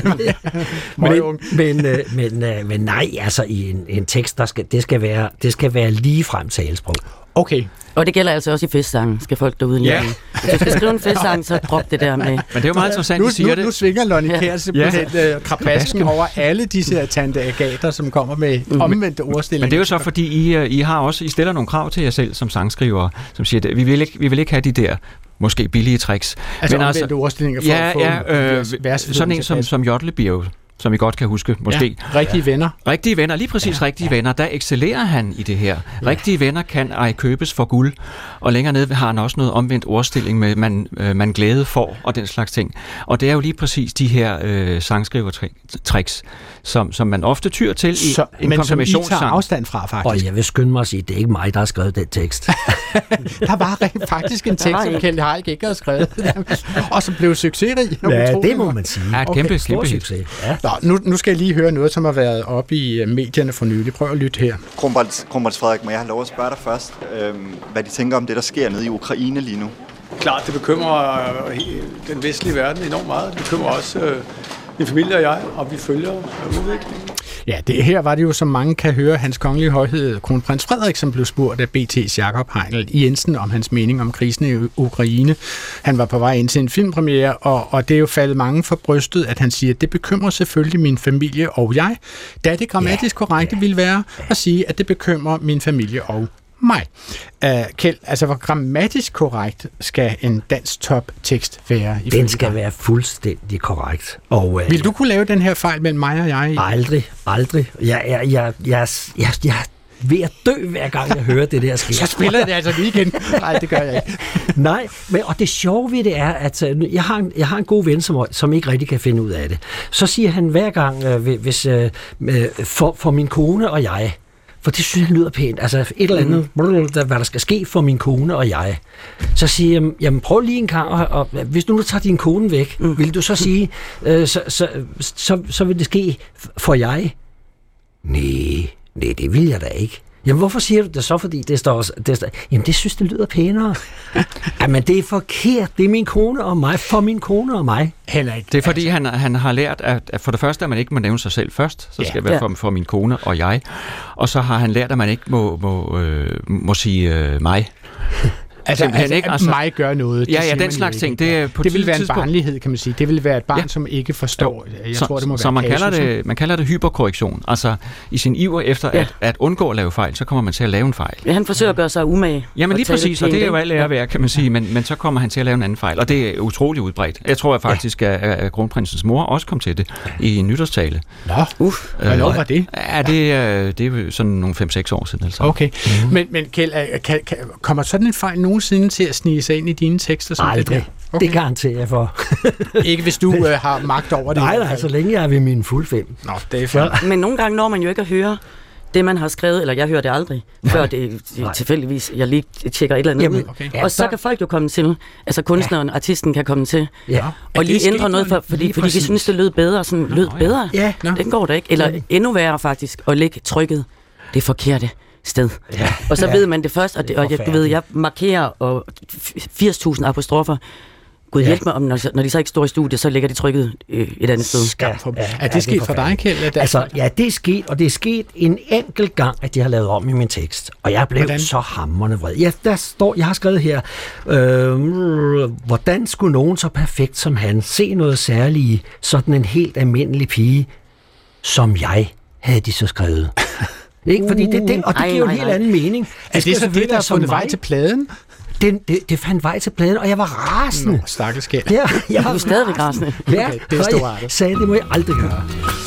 hvad? Men nej, altså i en tekst, det skal være lige frem talesprog. Okay. Og det gælder altså også i festsangen, skal folk derude lige. Hvis du skal skrive en festsang, så drop det der med. Men det er jo meget interessant, at I siger det. Nu svinger Lonnie Kjær simpelthen krabasken over alle disse tante Agater, som kommer med omvendte ordstillinger. Men det er jo så, fordi I stiller nogle krav til jer selv som sangskriver, som siger, at vi vil ikke have de der måske billige tricks. Altså omvendte ordstillinger for at få sådan en som Jotlebjerg, som I godt kan huske, måske. Ja, rigtige venner. Rigtige venner, lige præcis rigtige venner. Der excellerer han i det her. Rigtige venner kan ej købes for guld. Og længere nede har han også noget omvendt ordstilling med, man glæde får, og den slags ting. Og det er jo lige præcis de her sangskrivertricks, som man ofte tyr til i en konfirmationssang. Men som I tager afstand fra, faktisk. Og jeg vil skynde mig at sige, det er ikke mig, der har skrevet den tekst. Der var faktisk en tekst, som Kjeld Haik ikke havde skrevet, og som blev succesrig. Ja, det må man sige. Ja, et kæmpe succes. Ja. Nu skal jeg lige høre noget, som har været oppe i medierne for nylig. Prøv at lytte her. Kronprins Frederik, må jeg have lov at spørge dig først, hvad de tænker om det, der sker nede i Ukraine lige nu? Klart, det bekymrer den vestlige verden enormt meget. Det bekymrer også min familie og jeg, og vi følger udviklingen. Ja, her var det jo, som mange kan høre, hans kongelige højhed, kronprins Frederik, som blev spurgt af BT's Jakob Heinel Jensen om hans mening om krisen i Ukraine. Han var på vej ind til en filmpremiere, og det er jo faldet mange for brystet, at han siger, at det bekymrer selvfølgelig min familie og jeg, da det grammatisk korrekte ville være at sige, at det bekymrer min familie og mig. Kjeld, altså hvor grammatisk korrekt skal en dansk top-tekst være? Den skal være fuldstændig korrekt. Og, vil du kunne lave den her fejl mellem mig og jeg? Aldrig. Jeg ved at dø, hver gang jeg hører det der sker. Så spiller det altså lige igen. Nej, det gør jeg ikke. Nej, og det sjove ved det er, at jeg har en god ven, som ikke rigtig kan finde ud af det. Så siger han hver gang, hvis for min kone og jeg, for det synes jeg lyder pænt, altså et eller andet, hvad der skal ske for min kone og jeg. Så siger jeg, jamen prøv lige en gang, og hvis nu tager din kone væk, vil du så sige, så vil det ske for jeg? Nej, det vil jeg da ikke. Jamen, hvorfor siger du det så? Fordi det står... Jamen, det synes, det lyder pænere. Jamen, det er forkert. Det er min kone og mig. For min kone og mig. Det er fordi, han har lært, at for det første, at man ikke må nævne sig selv først. Så skal det være for min kone og jeg. Og så har han lært, at man ikke må sige mig. Altså mig gør noget. Ja, den slags ting. Det vil være en barnlighed, kan man sige. Det vil være et barn, som ikke forstår. Jeg tror, det må så være man kalder det hyperkorrektion. Altså, i sin iver efter at undgå at lave fejl, så kommer man til at lave en fejl. Ja, han forsøger at gøre sig umage. Jamen lige præcis, og det er jo alt ære værd, kan man sige. Men så kommer han til at lave en anden fejl, og det er utrolig udbredt. Jeg tror faktisk, at kronprinsens mor også kom til det i en nytårstale. Nå, hvornår var det? Ja, det er sådan nogle 5-6 år siden. Altså. Okay, men Kjeld, kommer sådan en fejl nogensinde til at snige sig ind i dine tekster? Som aldrig. Okay. Det garanterer jeg for. Ikke hvis du har magt over det? Nej, så længe jeg er ved mine fulde 5. Nå, det er for. Men nogle gange når man jo ikke at høre det, man har skrevet, eller jeg hører det aldrig, før det tilfældigvis, jeg lige tjekker et eller andet ud. Okay. Og så kan folk jo komme til, altså kunstneren, artisten kan komme til, og lige ændre noget, fordi de synes, det lød bedre, sådan lød bedre. Ja, den går da ikke. Eller endnu værre faktisk, at lægge trykket det forkerte sted. Ja. Og så ved man det først, og jeg markerer 80.000 apostrofer. Gud hjælp mig, når de så ikke står i studiet, så ligger de trykket et andet sted. Er det sket for dig, Kjeld? Altså, ja, det er sket, og det er sket en enkelt gang, at de har lavet om i min tekst. Og jeg blev så hamrende vred. Ja, jeg har skrevet her, hvordan skulle nogen så perfekt som han se noget særligt, sådan en helt almindelig pige, som jeg, havde de så skrevet. Ikke? Fordi det giver jo en helt anden mening. Er det så det, der har fundet vej til pladen? Det fandt vej til pladen, og jeg var rasende. Nå, stakkels Kjeld. Ja, jeg var stadigvæk rasende. Ja, okay, det er jeg sagde, det må jeg aldrig gøre.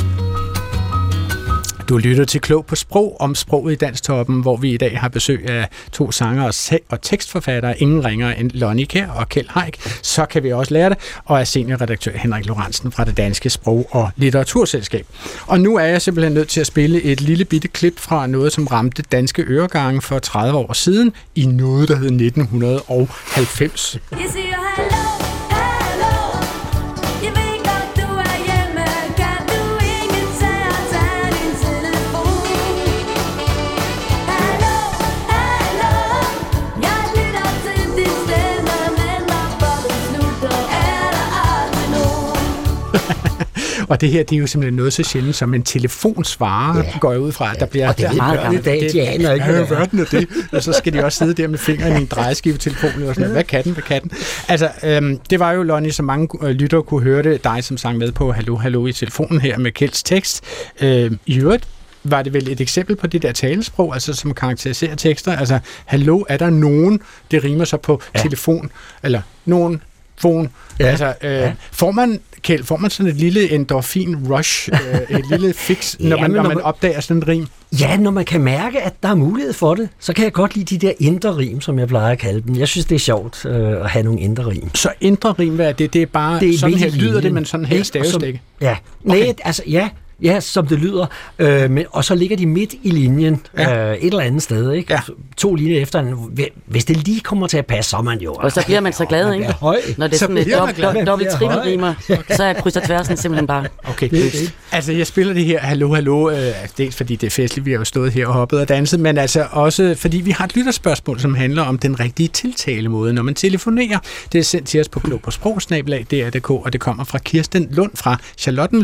Du lytter til Klog på Sprog om sproget i Dansktoppen, hvor vi i dag har besøg af 2 sangere og tekstforfattere, ingen ringere end Lonnie Kjær og Kjeld Haik. Så kan vi også lære det, og er seniorredaktør Henrik Lorentzen fra det Danske Sprog- og Litteraturselskab. Og nu er jeg simpelthen nødt til at spille et lille bitte klip fra noget, som ramte danske øregange for 30 år siden, i noget, der hed 1990. Og det her, det er jo simpelthen noget så sjældent som en telefonsvarer, går jeg ud fra, at der bliver... Og det er meget gammelt dag, de aner ikke. Ja, hvad er det? Og så skal de også sidde der med fingeren i en drejeskivetelefon og sådan, hvad kan den? Altså, det var jo, Lonnie, som mange lyttere kunne høre det, dig som sang med på Hallo, Hallo i telefonen her med Kjelds tekst. I øvrigt var det vel et eksempel på det der talesprog, altså som karakteriserer tekster. Altså, hallo, er der nogen, det rimer så på telefon, eller nogen phone. Ja. Altså, får man sådan et lille endorfin-rush, et lille fix, når man opdager sådan en rim? Ja, når man kan mærke, at der er mulighed for det, så kan jeg godt lide de der indre rim, som jeg plejer at kalde dem. Jeg synes, det er sjovt at have nogle indre rim. Så indre rim, hvad er det? Det er bare det er sådan her, lyder det, men sådan her stavestikke? Ja, okay. Nej, altså ja, som det lyder, og så ligger de midt i linjen et eller andet sted, ikke? Ja. 2 linjer efter, hvis det lige kommer til at passe, så er man jo... Og så bliver man så glad, ikke? Når det er sådan et dobbelt trippelrimer, så er kryds og tværsen simpelthen bare... Okay, altså jeg spiller det her Hallo, Hallo, dels fordi det er festligt, vi har jo stået her og hoppet og danset, men altså også fordi vi har et lytterspørgsmål, som handler om den rigtige tiltalemåde, når man telefonerer. Det er sendt til os på klogpåsprog@dr.dk, og det kommer fra Kirsten Lund fra Charlottenlund,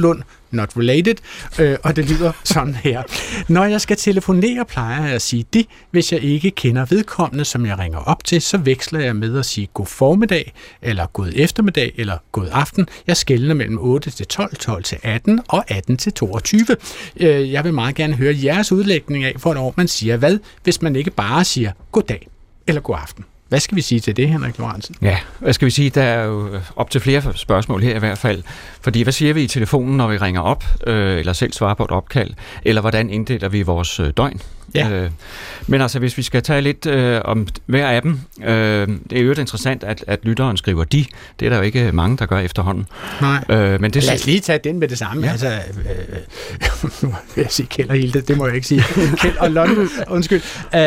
not related, og det lyder sådan her. Når jeg skal telefonere, plejer jeg at sige de. Hvis jeg ikke kender vedkommende, som jeg ringer op til, så veksler jeg med at sige god formiddag, eller god eftermiddag, eller god aften. Jeg skelner mellem 8 til 12, 12 til 18 og 18 til 22. Jeg vil meget gerne høre jeres udlægning af, hvornår man siger hvad, hvis man ikke bare siger goddag eller god aften. Hvad skal vi sige til det, Henrik Lorentzen? Ja, hvad skal vi sige? Der er jo op til flere spørgsmål her i hvert fald. Fordi hvad siger vi i telefonen, når vi ringer op, eller selv svarer på et opkald? Eller hvordan inddeler vi vores døgn? Ja. Men altså, hvis vi skal tage lidt om hver af dem, det er jo interessant, at lytteren skriver de. Det er der jo ikke mange, der gør efterhånden. Nej. Men det lad os lige tage den med det samme. Ja. Altså, nu vil jeg sige Kjeld og Hilde, det må jeg ikke sige. Kjeld og Lonnie, undskyld.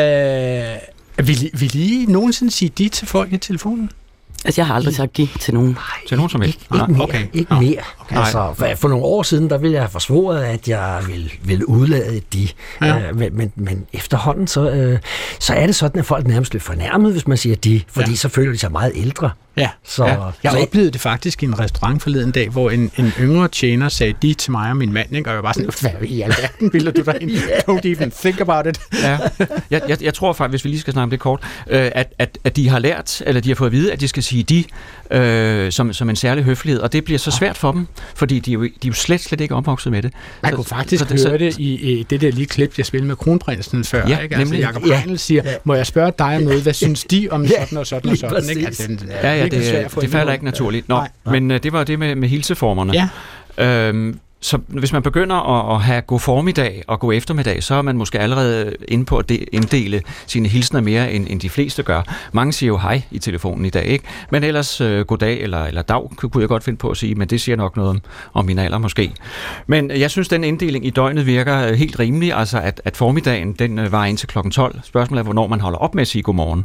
Vil I nogensinde sige de til folk i telefonen? Altså, jeg har aldrig sagt de til nogen. Til nogen som helst? Ikke mere. Okay. Altså, for nogle år siden, der ville jeg have forsvoret, at jeg ville udlade de. Ja. Men efterhånden, så er det sådan, at folk nærmest bliver fornærmet, hvis man siger de, fordi så føler de sig meget ældre. Ja. Jeg oplevede det faktisk i en restaurant forleden dag, hvor en yngre tjener sagde de til mig og min mand, ikke? Og jeg var sådan, hvad i alverden bilder du dig ind? Don't even think about it. Ja. Jeg tror faktisk, hvis vi lige skal snakke om det kort, at de har lært, eller de har fået at vide, at de skal sige de som en særlig høflighed, og det bliver så svært for dem, fordi de er jo slet ikke opvokset med det. Man kunne faktisk høre det i det der lige klip, jeg spillede med kronprinsen før, ikke? Altså, nemlig. Jacob Heinl siger, må jeg spørge dig om noget, hvad synes de om sådan og sådan og sådan, ikke? Altså, det falder ikke naturligt. Nej. Men det var det med hilseformerne. Ja. Så hvis man begynder at have god formiddag og god eftermiddag, så er man måske allerede inde på at inddele sine hilsner mere, end de fleste gør. Mange siger jo hej i telefonen i dag, ikke? Men ellers goddag eller dag kunne jeg godt finde på at sige, men det siger nok noget om min alder måske. Men jeg synes, den inddeling i døgnet virker helt rimelig, altså at formiddagen, den var indtil klokken 12. Spørgsmålet er, hvornår man holder op med at sige godmorgen.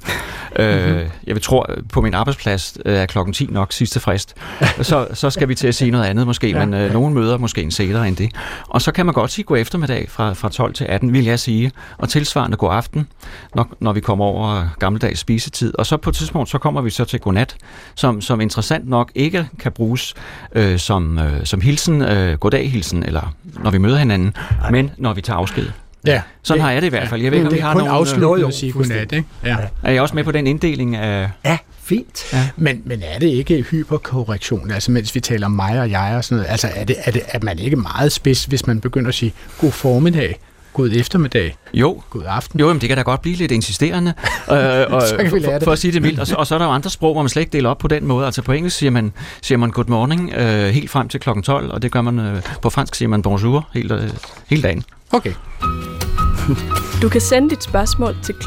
Jeg vil tro, på min arbejdsplads er klokken 10 nok sidste frist. Så skal vi til at sige noget andet måske, men nogen møder måske en senere end det. Og så kan man godt sige god eftermiddag fra 12 til 18, vil jeg sige, og tilsvarende god aften, når vi kommer over gammeldags spisetid. Og så på et tidspunkt, så kommer vi så til godnat, som interessant nok ikke kan bruges som hilsen, goddag-hilsen, eller når vi møder hinanden, men når vi tager afsked. Ja. Sådan har jeg det i hvert fald. Jeg ved ikke, om vi har nogen afslutning at sige godnat, ikke? Ja. Er jeg også med på den inddeling af... Ja, fint. Ja. Men er det ikke hyperkorrektion? Altså, mens vi taler om mig og jeg og sådan noget, altså er man ikke meget spids, hvis man begynder at sige god formiddag, god eftermiddag, god aften? Jo, men det kan da godt blive lidt insisterende, for at sige det mildt. Og så er der jo andre sprog, hvor man slet ikke deler op på den måde. Altså på engelsk siger man good morning helt frem til klokken 12, og det gør man på fransk siger man bonjour hele dagen. Okay. Du kan sende dit spørgsmål til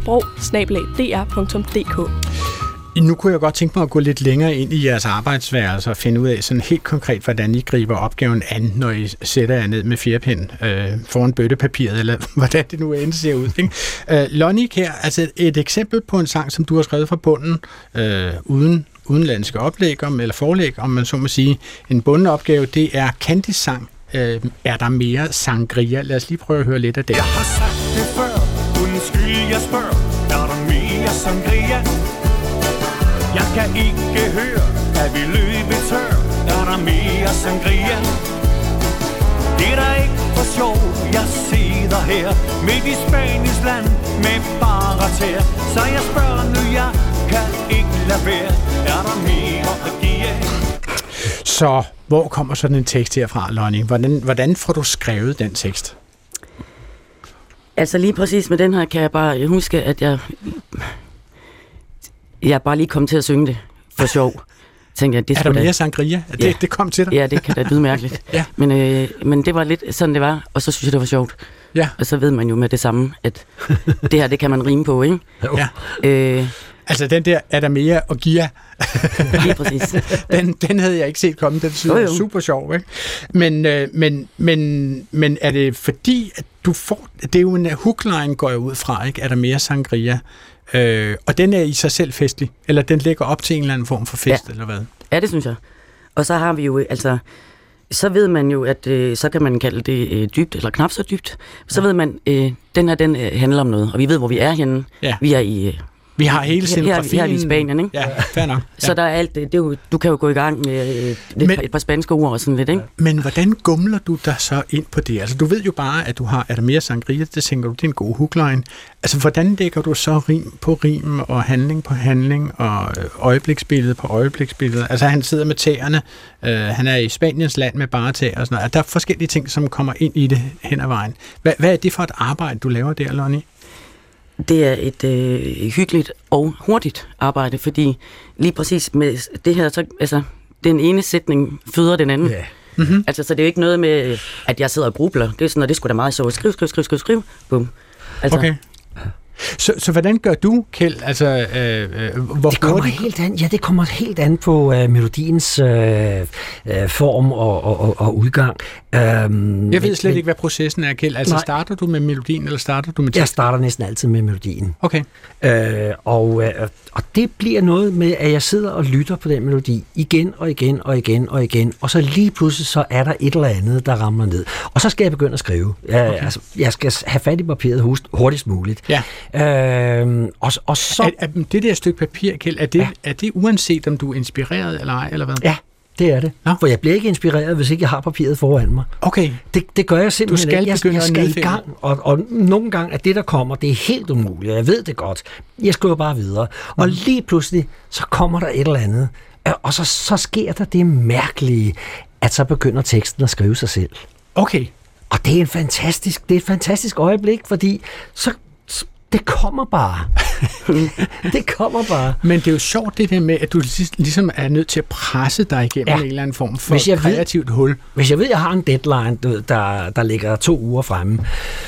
klogpåsprog@dr.dk. Nu kunne jeg godt tænke mig at gå lidt længere ind i jeres arbejdsværelse og finde ud af sådan helt konkret, hvordan I griber opgaven an, når I sætter jer ned med fjerpind foran bøttepapiret, eller hvordan det nu end ser ud. Ikke? Lonnie her, altså et eksempel på en sang, som du har skrevet fra bunden, uden udenlandske oplæg eller forlæg, om man så må sige. En bunden opgave, det er Candys sang. Er der mere sangria? Lad os lige prøve at høre lidt af det. Jeg har sagt det før, undskyld jeg spørger, er der mere sangria? Jeg kan ikke høre, at vi løber tør, er der mere sangria? Det er da ikke for sjov, jeg sidder her midt i Spaniens land med bare tær. Så jeg spørger nu, jeg kan ikke lade være, er der mere at give? Så hvor kommer sådan en tekst herfra, Lonnie? Hvordan får du skrevet den tekst? Altså lige præcis med den her kan jeg bare huske, at jeg bare lige kom til at synge det for sjov. Tænkte jeg, det er der mere sangria? Ja. Det kom til dig? Ja, det kan da lyde mærkeligt. Ja. Men det var lidt sådan, det var, og så synes jeg, det var sjovt. Ja. Og så ved man jo med det samme, at det her, det kan man rime på, ikke? Ja. Altså den der, er der mere at give? Lige præcis. den havde jeg ikke set komme, den synes jeg er super sjov, ikke? Men er det fordi, at du får, det er jo en hookline, går jeg ud fra, ikke? Er der mere sangria? Og den er i sig selv festlig, eller den lægger op til en eller anden form for fest, eller hvad? Ja, det synes jeg. Og så har vi jo, altså, så ved man jo, at så kan man kalde det dybt, eller knap så dybt. Så ved man, den handler om noget, og vi ved, hvor vi er henne. Ja. Vi er i Vi har hele scenografien. Her er vi i Spanien, ikke? Ja, fair nok. Ja. Så der er alt det. Du kan jo gå i gang med et par spanske ord og sådan lidt, ikke? Men hvordan gumler du dig så ind på det? Altså, du ved jo bare, at du har Adamia Sangria, det tænker du, det er en god hookline. Altså, hvordan lægger du så rim på rim og handling på handling og øjebliksbillede på øjebliksbillede? Altså, han sidder med tæerne, han er i Spaniens land med bare tæer og sådan noget. Der er forskellige ting, som kommer ind i det hen ad vejen. Hvad er det for et arbejde, du laver der, Lonnie? Det er et hyggeligt og hurtigt arbejde, fordi lige præcis med det her, så, altså, den ene sætning føder den anden. Yeah. Mm-hmm. Altså, så det er jo ikke noget med, at jeg sidder og grubler. Det er sådan, og det skulle da meget så. Skriv. Bum. Altså. Okay. Så hvordan gør du, Kjeld? Altså, hvor det kommer helt an. Ja, det kommer helt an på melodiens form og udgang. Jeg ved slet ikke, hvad processen er, Kjeld. Altså, starter du med melodien, eller starter du med teksten? Jeg starter næsten altid med melodien. Okay. Og det bliver noget med, at jeg sidder og lytter på den melodi igen, og så lige pludselig så er der et eller andet, der ramler ned. Og så skal jeg begynde at skrive. Altså, jeg skal have fat i papiret hurtigst muligt. Ja. Og så... Er det der stykke papir, Kjeld, er det uanset om du er inspireret eller ej, eller hvad? Ja, det er det. Nå. For jeg bliver ikke inspireret, hvis ikke jeg har papiret foran mig. Okay. Det gør jeg simpelthen ikke. Jeg skal i gang, og nogle gange er det, der kommer, det er helt umuligt. Jeg ved det godt. Jeg skriver bare videre. Og lige pludselig, så kommer der et eller andet, og så sker der det mærkelige, at så begynder teksten at skrive sig selv. Okay. Og det er et fantastisk øjeblik, fordi så det kommer bare. Det kommer bare. Men det er jo sjovt det der med, at du ligesom er nødt til at presse dig igennem en eller anden form for kreativt hul. Hvis jeg ved, at jeg har en deadline, der ligger 2 uger fremme,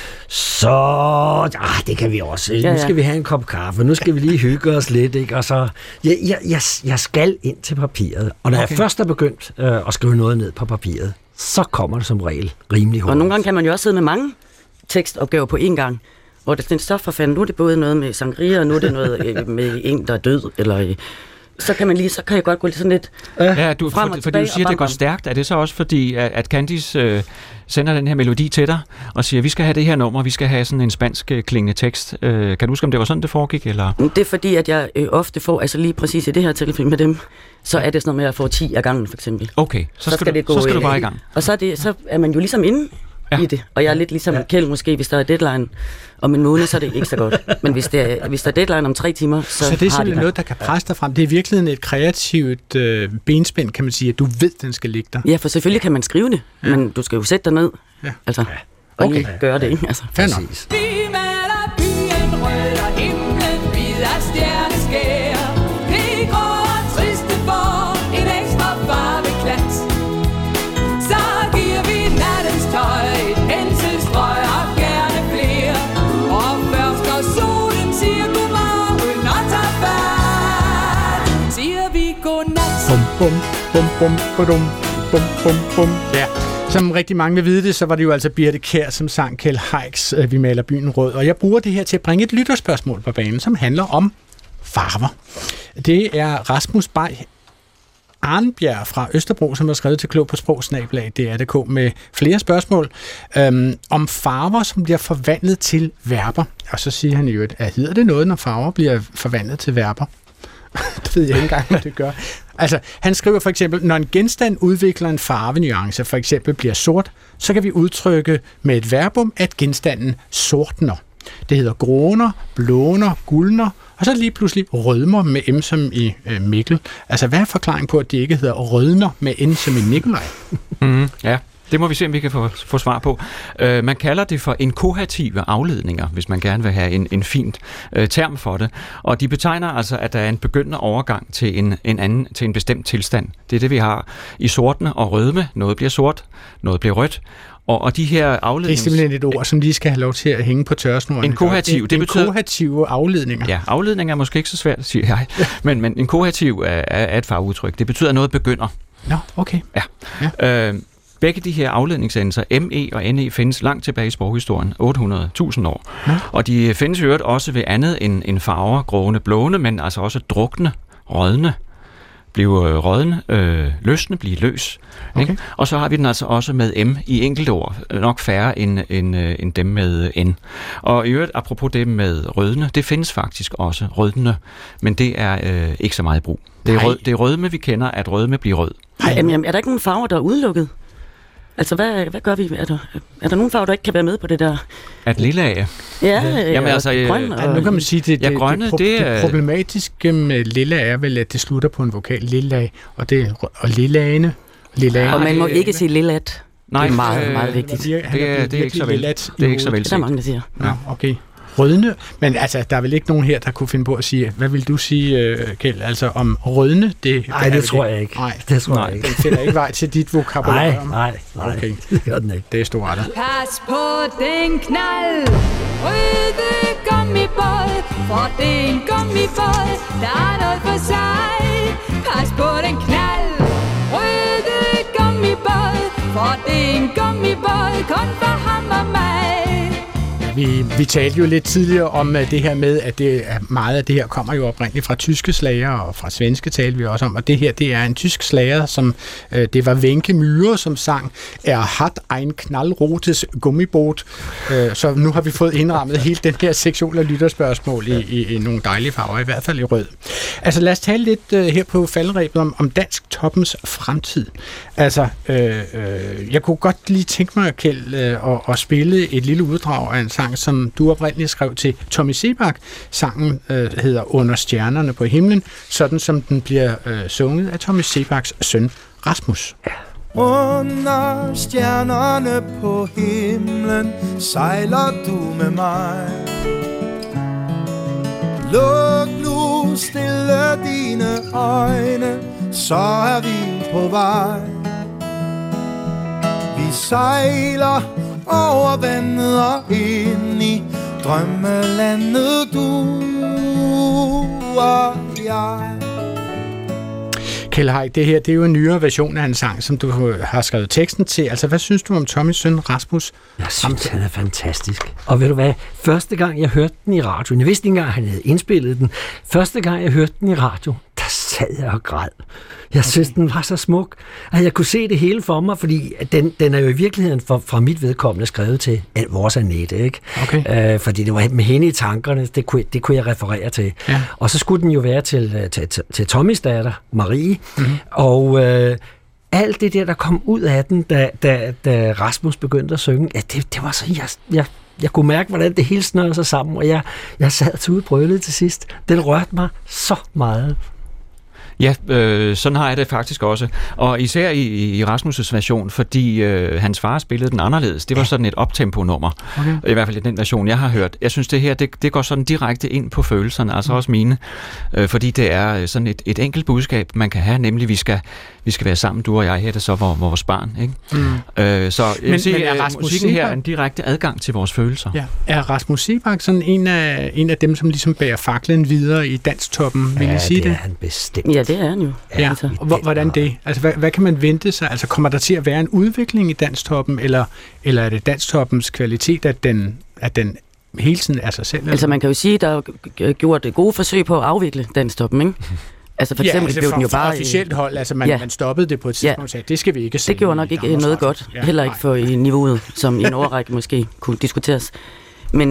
så det kan vi også. Ja. Nu skal vi have en kop kaffe, nu skal vi lige hygge os lidt, ikke? Og så jeg skal ind til papiret. Og når jeg først er begyndt at skrive noget ned på papiret, så kommer det som regel rimelig hurtigt. Og nogle gange kan man jo også sidde med mange tekstopgaver på én gang. Hvor det er stof for fanden. Nu er det både noget med sangria, og nu er det noget med en, der er død, eller så kan jeg godt gå lidt sådan lidt frem og tilbage. Fordi du siger, at det går stærkt. Er det så også fordi, at Candice sender den her melodi til dig, og siger, vi skal have det her nummer, vi skal have sådan en spansk klingende tekst. Kan du huske, om det var sådan, det foregik? Eller? Det er fordi, at jeg ofte får, altså lige præcis i det her tilfælde med dem, så er det sådan noget med at få 10 af gangen, for eksempel. Okay, så skal du bare i gang. Og så er man jo ligesom inde i det. Og jeg er lidt ligesom Kjeld måske, hvis der er deadline om en måned, så er det ikke så godt. Men hvis der er deadline om 3 timer, så det er simpelthen noget, der kan presse dig frem. Det er virkelig et kreativt benspænd, kan man sige, at du ved, den skal ligge der. Ja, for selvfølgelig kan man skrive det, men du skal jo sætte dig ned. Ja. Altså, og lige gøre det, ikke? Altså. Fair nok. Vi maler byen rød, og himlen hvid af stjerneskær. Det er grå og triste for en ekstra farveklat. Så giver vi nattens tøj et penselstrøg og gerne flere. Og først når solen siger godmorgen og tager fat, siger vi godnat. Bum, bum, bum, bum, bum, bum, bum, bum. Ja. Som rigtig mange vil vide det, så var det jo altså Birthe Kjær, som sang Kjeld Heiks Vi maler byen rød. Og jeg bruger det her til at bringe et lytterspørgsmål på banen, som handler om farver. Det er Rasmus Bay Arnbjerg fra Østerbro, som har skrevet til klogpåsprog@dr.dk med flere spørgsmål om farver, som bliver forvandlet til verber. Og så siger han jo, at hedder det noget, når farver bliver forvandlet til verber? Det ved jeg ikke engang, hvad det gør. Altså, han skriver for eksempel, når en genstand udvikler en farvenuance, for eksempel bliver sort, så kan vi udtrykke med et verbum, at genstanden sortner. Det hedder gråner, blåner, guldner, og så lige pludselig rødmer med M som i Mikkel. Altså, hvad er forklaringen på, at det ikke hedder rødner med N som i Nikolaj? Ja. Det må vi se, om vi kan få svar på. Man kalder det for inkohative afledninger, hvis man gerne vil have en fint term for det. Og de betegner altså, at der er en begyndende overgang til en bestemt tilstand. Det er det, vi har i sortne og rødme. Noget bliver sort, noget bliver rødt. Og de her aflednings... Det er simpelthen et ord, som lige skal have lov til at hænge på tørresnoren. Inkohativ, det betyder... Inkohative afledninger. Ja, afledninger er måske ikke så svært at sige, men inkohativ er et farveudtryk. Det betyder, at noget begynder. Nå, okay. Ja. Begge de her afledningsendelser, ME og NE, findes langt tilbage i sproghistorien, 800.000 år. Ja. Og de findes i øvrigt også ved andet end farver, gråne, blåne, men altså også drukne, rødne, blive rådne, løsne, blive løs. Okay. Ikke? Og så har vi den altså også med M i enkelte ord, nok færre end dem med N. Og i øvrigt, apropos det med rødne, det findes faktisk også rødne, men det er ikke så meget i brug. Det er rødme, vi kender, at rødme bliver rød. Jamen, er der ikke nogen farver, der er udelukket? Altså, hvad gør vi? Er der nogen farver, der ikke kan være med på det der? At lilla af. Ja, jamen, altså, grøn. Og... Nu kan man sige, det problematiske med lilla er vel, at det slutter på en vokal lilla, og lillaene. Og man må ikke sige lillat. Nej, det er meget, meget vigtigt. Det er ikke så vel. Det er ikke så vel. Det er mange, der siger. Ja, okay. Rødne, men altså, der er vel ikke nogen her, der kunne finde på at sige, hvad vil du sige, Kjeld, altså om rødne? Nej, det tror jeg ikke. Nej, det tror jeg ikke. Den finder ikke vej til dit vokabular. Nej. Okay. Det gør den ikke. Det er stort. Pas på den knald, røde gummibåd, for det er en gummibåd, der er noget for sig. Pas på den knald, røde gummibåd, for det er en gummibåd, kun for ham og mig. Vi talte jo lidt tidligere om det her med, at meget af det her kommer jo oprindeligt fra tyske slager, og fra svenske talte vi også om, og det her, det er en tysk slager, som det var Wenche Myhre, som sang hat ein knallrotes Gummibåd. Så nu har vi fået indrammet hele den her sektion af lytterspørgsmål i nogle dejlige farver, i hvert fald i rød. Altså lad os tale lidt her på falderebet om dansk toppens fremtid. Altså, jeg kunne godt lige tænke mig, Kjeld, at spille et lille uddrag af en sang, som du oprindeligt skrev til Tommy Sebak. Sangen hedder Under stjernerne på himlen, sådan som den bliver sunget af Tommy Sebaks søn Rasmus. Under stjernerne på himlen sejler du med mig. Luk nu stille dine øjne, så er vi på vej. Vi sejler over vandet og ind i drømmelandet, du og jeg. Kjeld Haik, det her, det er jo en nyere version af en sang, som du har skrevet teksten til. Altså, hvad synes du om Tommys søn Rasmus? Jeg synes, han er fantastisk. Og ved du hvad? Første gang, jeg hørte den i radioen, jeg vidste ikke engang, han havde indspillet den. Første gang, jeg hørte den i radio, der sad jeg og græd. Jeg synes, den var så smuk, at jeg kunne se det hele for mig, fordi den er jo i virkeligheden fra mit vedkommende skrevet til vores Annette, ikke? Okay. Fordi det var med hende i tankerne, det kunne jeg referere til. Ja. Og så skulle den jo være til Tommys datter, Marie, og alt det der kom ud af den, da Rasmus begyndte at synge, det var så, jeg kunne mærke, hvordan det hele snørede sig sammen, og jeg sad til udbrølet til sidst. Den rørte mig så meget. Ja, sådan har jeg det faktisk også. Og især i Rasmus' version, fordi hans far spillede den anderledes. Det var sådan et optempo-nummer. Okay. I hvert fald i den version, jeg har hørt. Jeg synes, det her, det går sådan direkte ind på følelserne, altså også mine. Fordi det er sådan et enkelt budskab, man kan have, nemlig vi skal være sammen, du og jeg, her det så vores barn. Ikke? Så jeg vil sige, at musikken her er en direkte adgang til vores følelser. Ja. Er Rasmus Sebak sådan en af dem, som ligesom bærer faklen videre i danstoppen? Vil I sige det? Ja, det er han bestemt. Ja, det er han jo. Ja. Hvordan det? Altså, hvad kan man vente sig? Altså, kommer der til at være en udvikling i danstoppen, eller er det danstoppens kvalitet, at den hele tiden er sig selv? Eller? Altså, man kan jo sige, at der er gjort gode forsøg på at afvikle danstoppen, ikke? Altså for eksempel blev den jo bare officielt hold, altså man stoppede det på et tidspunkt og sagde, det skal vi ikke se. Det gjorde nok ikke noget godt, heller ikke for niveauet, som i en overrække måske kunne diskuteres. Men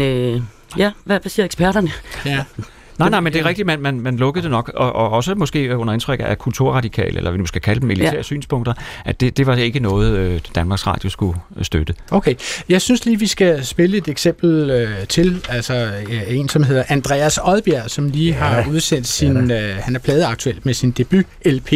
hvad siger eksperterne? Ja. Nej, men det er rigtigt, man lukkede det nok, og også måske under indtryk af kulturradikale, eller vi nu skal kalde dem militære synspunkter, at det var ikke noget, Danmarks Radio skulle støtte. Okay, jeg synes lige, vi skal spille et eksempel til, altså en, som hedder Andreas Odbjerg, som lige har udsendt sin, han er pladeaktuelt med sin debut-LP.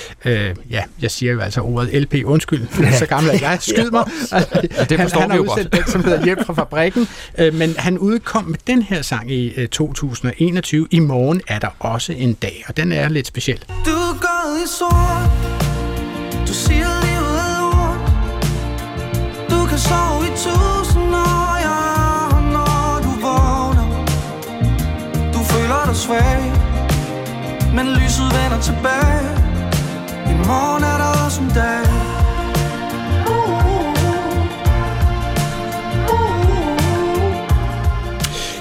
Jeg siger jo altså ordet LP, undskyld, så gammel er jeg, skyd mig. Han har udsendt den, som hedder Hjem fra fabrikken, men han udkom med den her sang i 2021. I morgen er der også en dag, og den er lidt speciel. Du går i sort, du siger livet er lort. Du kan sove i 1000 år, når du vågner. Du føler dig svag, men lyset vender tilbage. I morgen er der også en dag.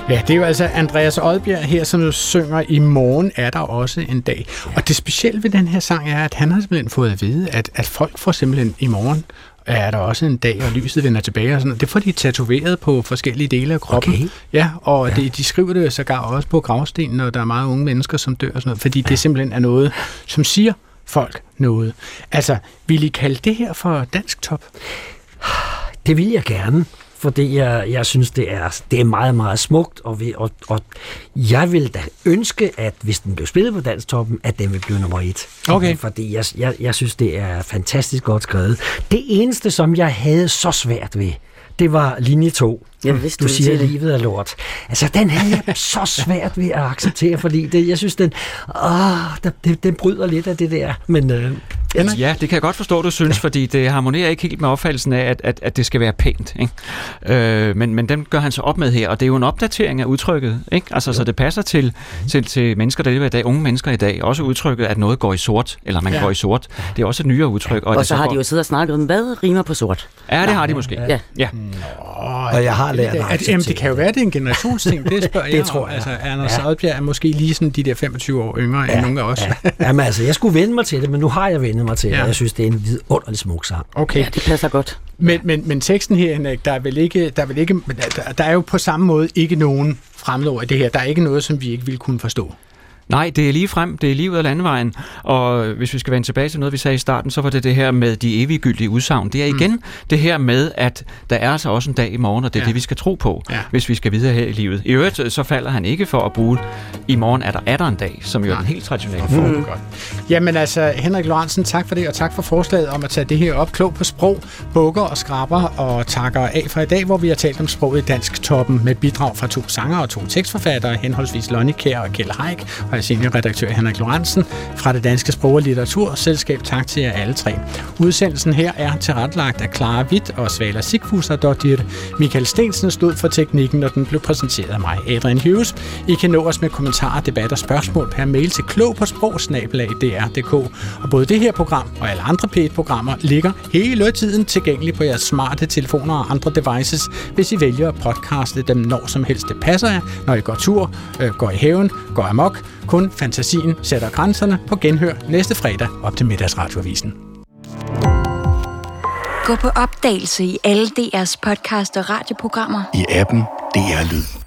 Ja, det er jo altså Andreas Odbjerg her, som synger "I morgen er der også en dag". Og det specielle ved den her sang er, at han har simpelthen fået at vide, at folk får simpelthen "i morgen er der også en dag, og lyset vender tilbage", og sådan. Det får de tatoveret på forskellige dele af kroppen. Okay. Ja, og de skriver det sågar også på gravstenen, når der er meget unge mennesker, som dør og sådan noget, fordi det simpelthen er noget, som siger folk noget. Altså, vil I kalde det her for dansk top? Det vil jeg gerne, fordi jeg synes, det er meget, meget smukt, og jeg vil da ønske, at hvis den blev spillet på Dansktoppen, at den vil blive nummer 1. Okay. Fordi jeg synes, det er fantastisk godt skrevet. Det eneste, som jeg havde så svært ved, det var linje 2. Du siger, at livet er lort. Altså, den havde jeg så svært ved at acceptere, fordi jeg synes, den bryder lidt af det der. Men, ja, det kan jeg godt forstå, du synes, fordi det harmonerer ikke helt med opfattelsen af, at det skal være pænt. Ikke? Men den gør han så op med her, og det er jo en opdatering af udtrykket. Ikke? Altså, så det passer til mennesker, der lever i dag, unge mennesker i dag. Også udtrykket, at noget går i sort, eller man går i sort. Det er også et nyere udtryk. Og så har de jo siddet og snakket om, hvad rimer på sort. Ja, det har de måske. Ja. Og jeg har lært det kan jo være, det er en generationsting, det spørger jeg. Det tror jeg. Altså, Anders Odbjerg er måske lige sådan de der 25 år yngre end nogle af os. Jamen altså, jeg skulle vende mig til det, men nu har jeg vendt mig til det, og jeg synes, det er en vidunderlig smuk sang. Okay. Ja, det passer godt. Men teksten her, Henrik, der er jo på samme måde ikke nogen fremmedord i det her. Der er ikke noget, som vi ikke ville kunne forstå. Nej, det er lige frem, det er lige ud af landevejen, og hvis vi skal vende tilbage til noget, vi sagde i starten, så var det her med de eviggyldige udsagn. Det er igen det her med, at der er altså også en dag i morgen, og det er det, vi skal tro på, hvis vi skal videre her i livet. I øvrigt, så falder han ikke for at bruge "i morgen er der en dag", som jo er den helt traditionelle form. Godt. Jamen altså, Henrik Lorentzen, tak for det, og tak for forslaget om at tage det her op. Klog på sprog, bukker og skrabber, og takker af for i dag, hvor vi har talt om sproget i Dansktoppen med bidrag fra 2 sanger og 2 tekstforfattere, henholdsvis Lonnie Kjær og Kjeld Haik, og seniorredaktør Henrik Lorentzen fra Det Danske Sprog- og Litteraturselskab. Tak til jer alle 3. Udsendelsen her er tilrettelagt af Clara Witt og Svala Sigfusardottir. Michael Stensen stod for teknikken, og den blev præsenteret af mig, Adrian Hughes. I kan nå os med kommentarer, debat og spørgsmål per mail til klogpåsprog@dr.dk. Og både det her program og alle andre P1-programmer ligger hele tiden tilgængelige på jeres smarte telefoner og andre devices, hvis I vælger at podcaste dem når som helst det passer jer, når I går tur, går i haven, går amok. Kun fantasien sætter grænserne. På genhør næste fredag op til Middagsradioavisen. Gå på opdagelse i alle DR's podcast og radioprogrammer. I appen DR Lyd.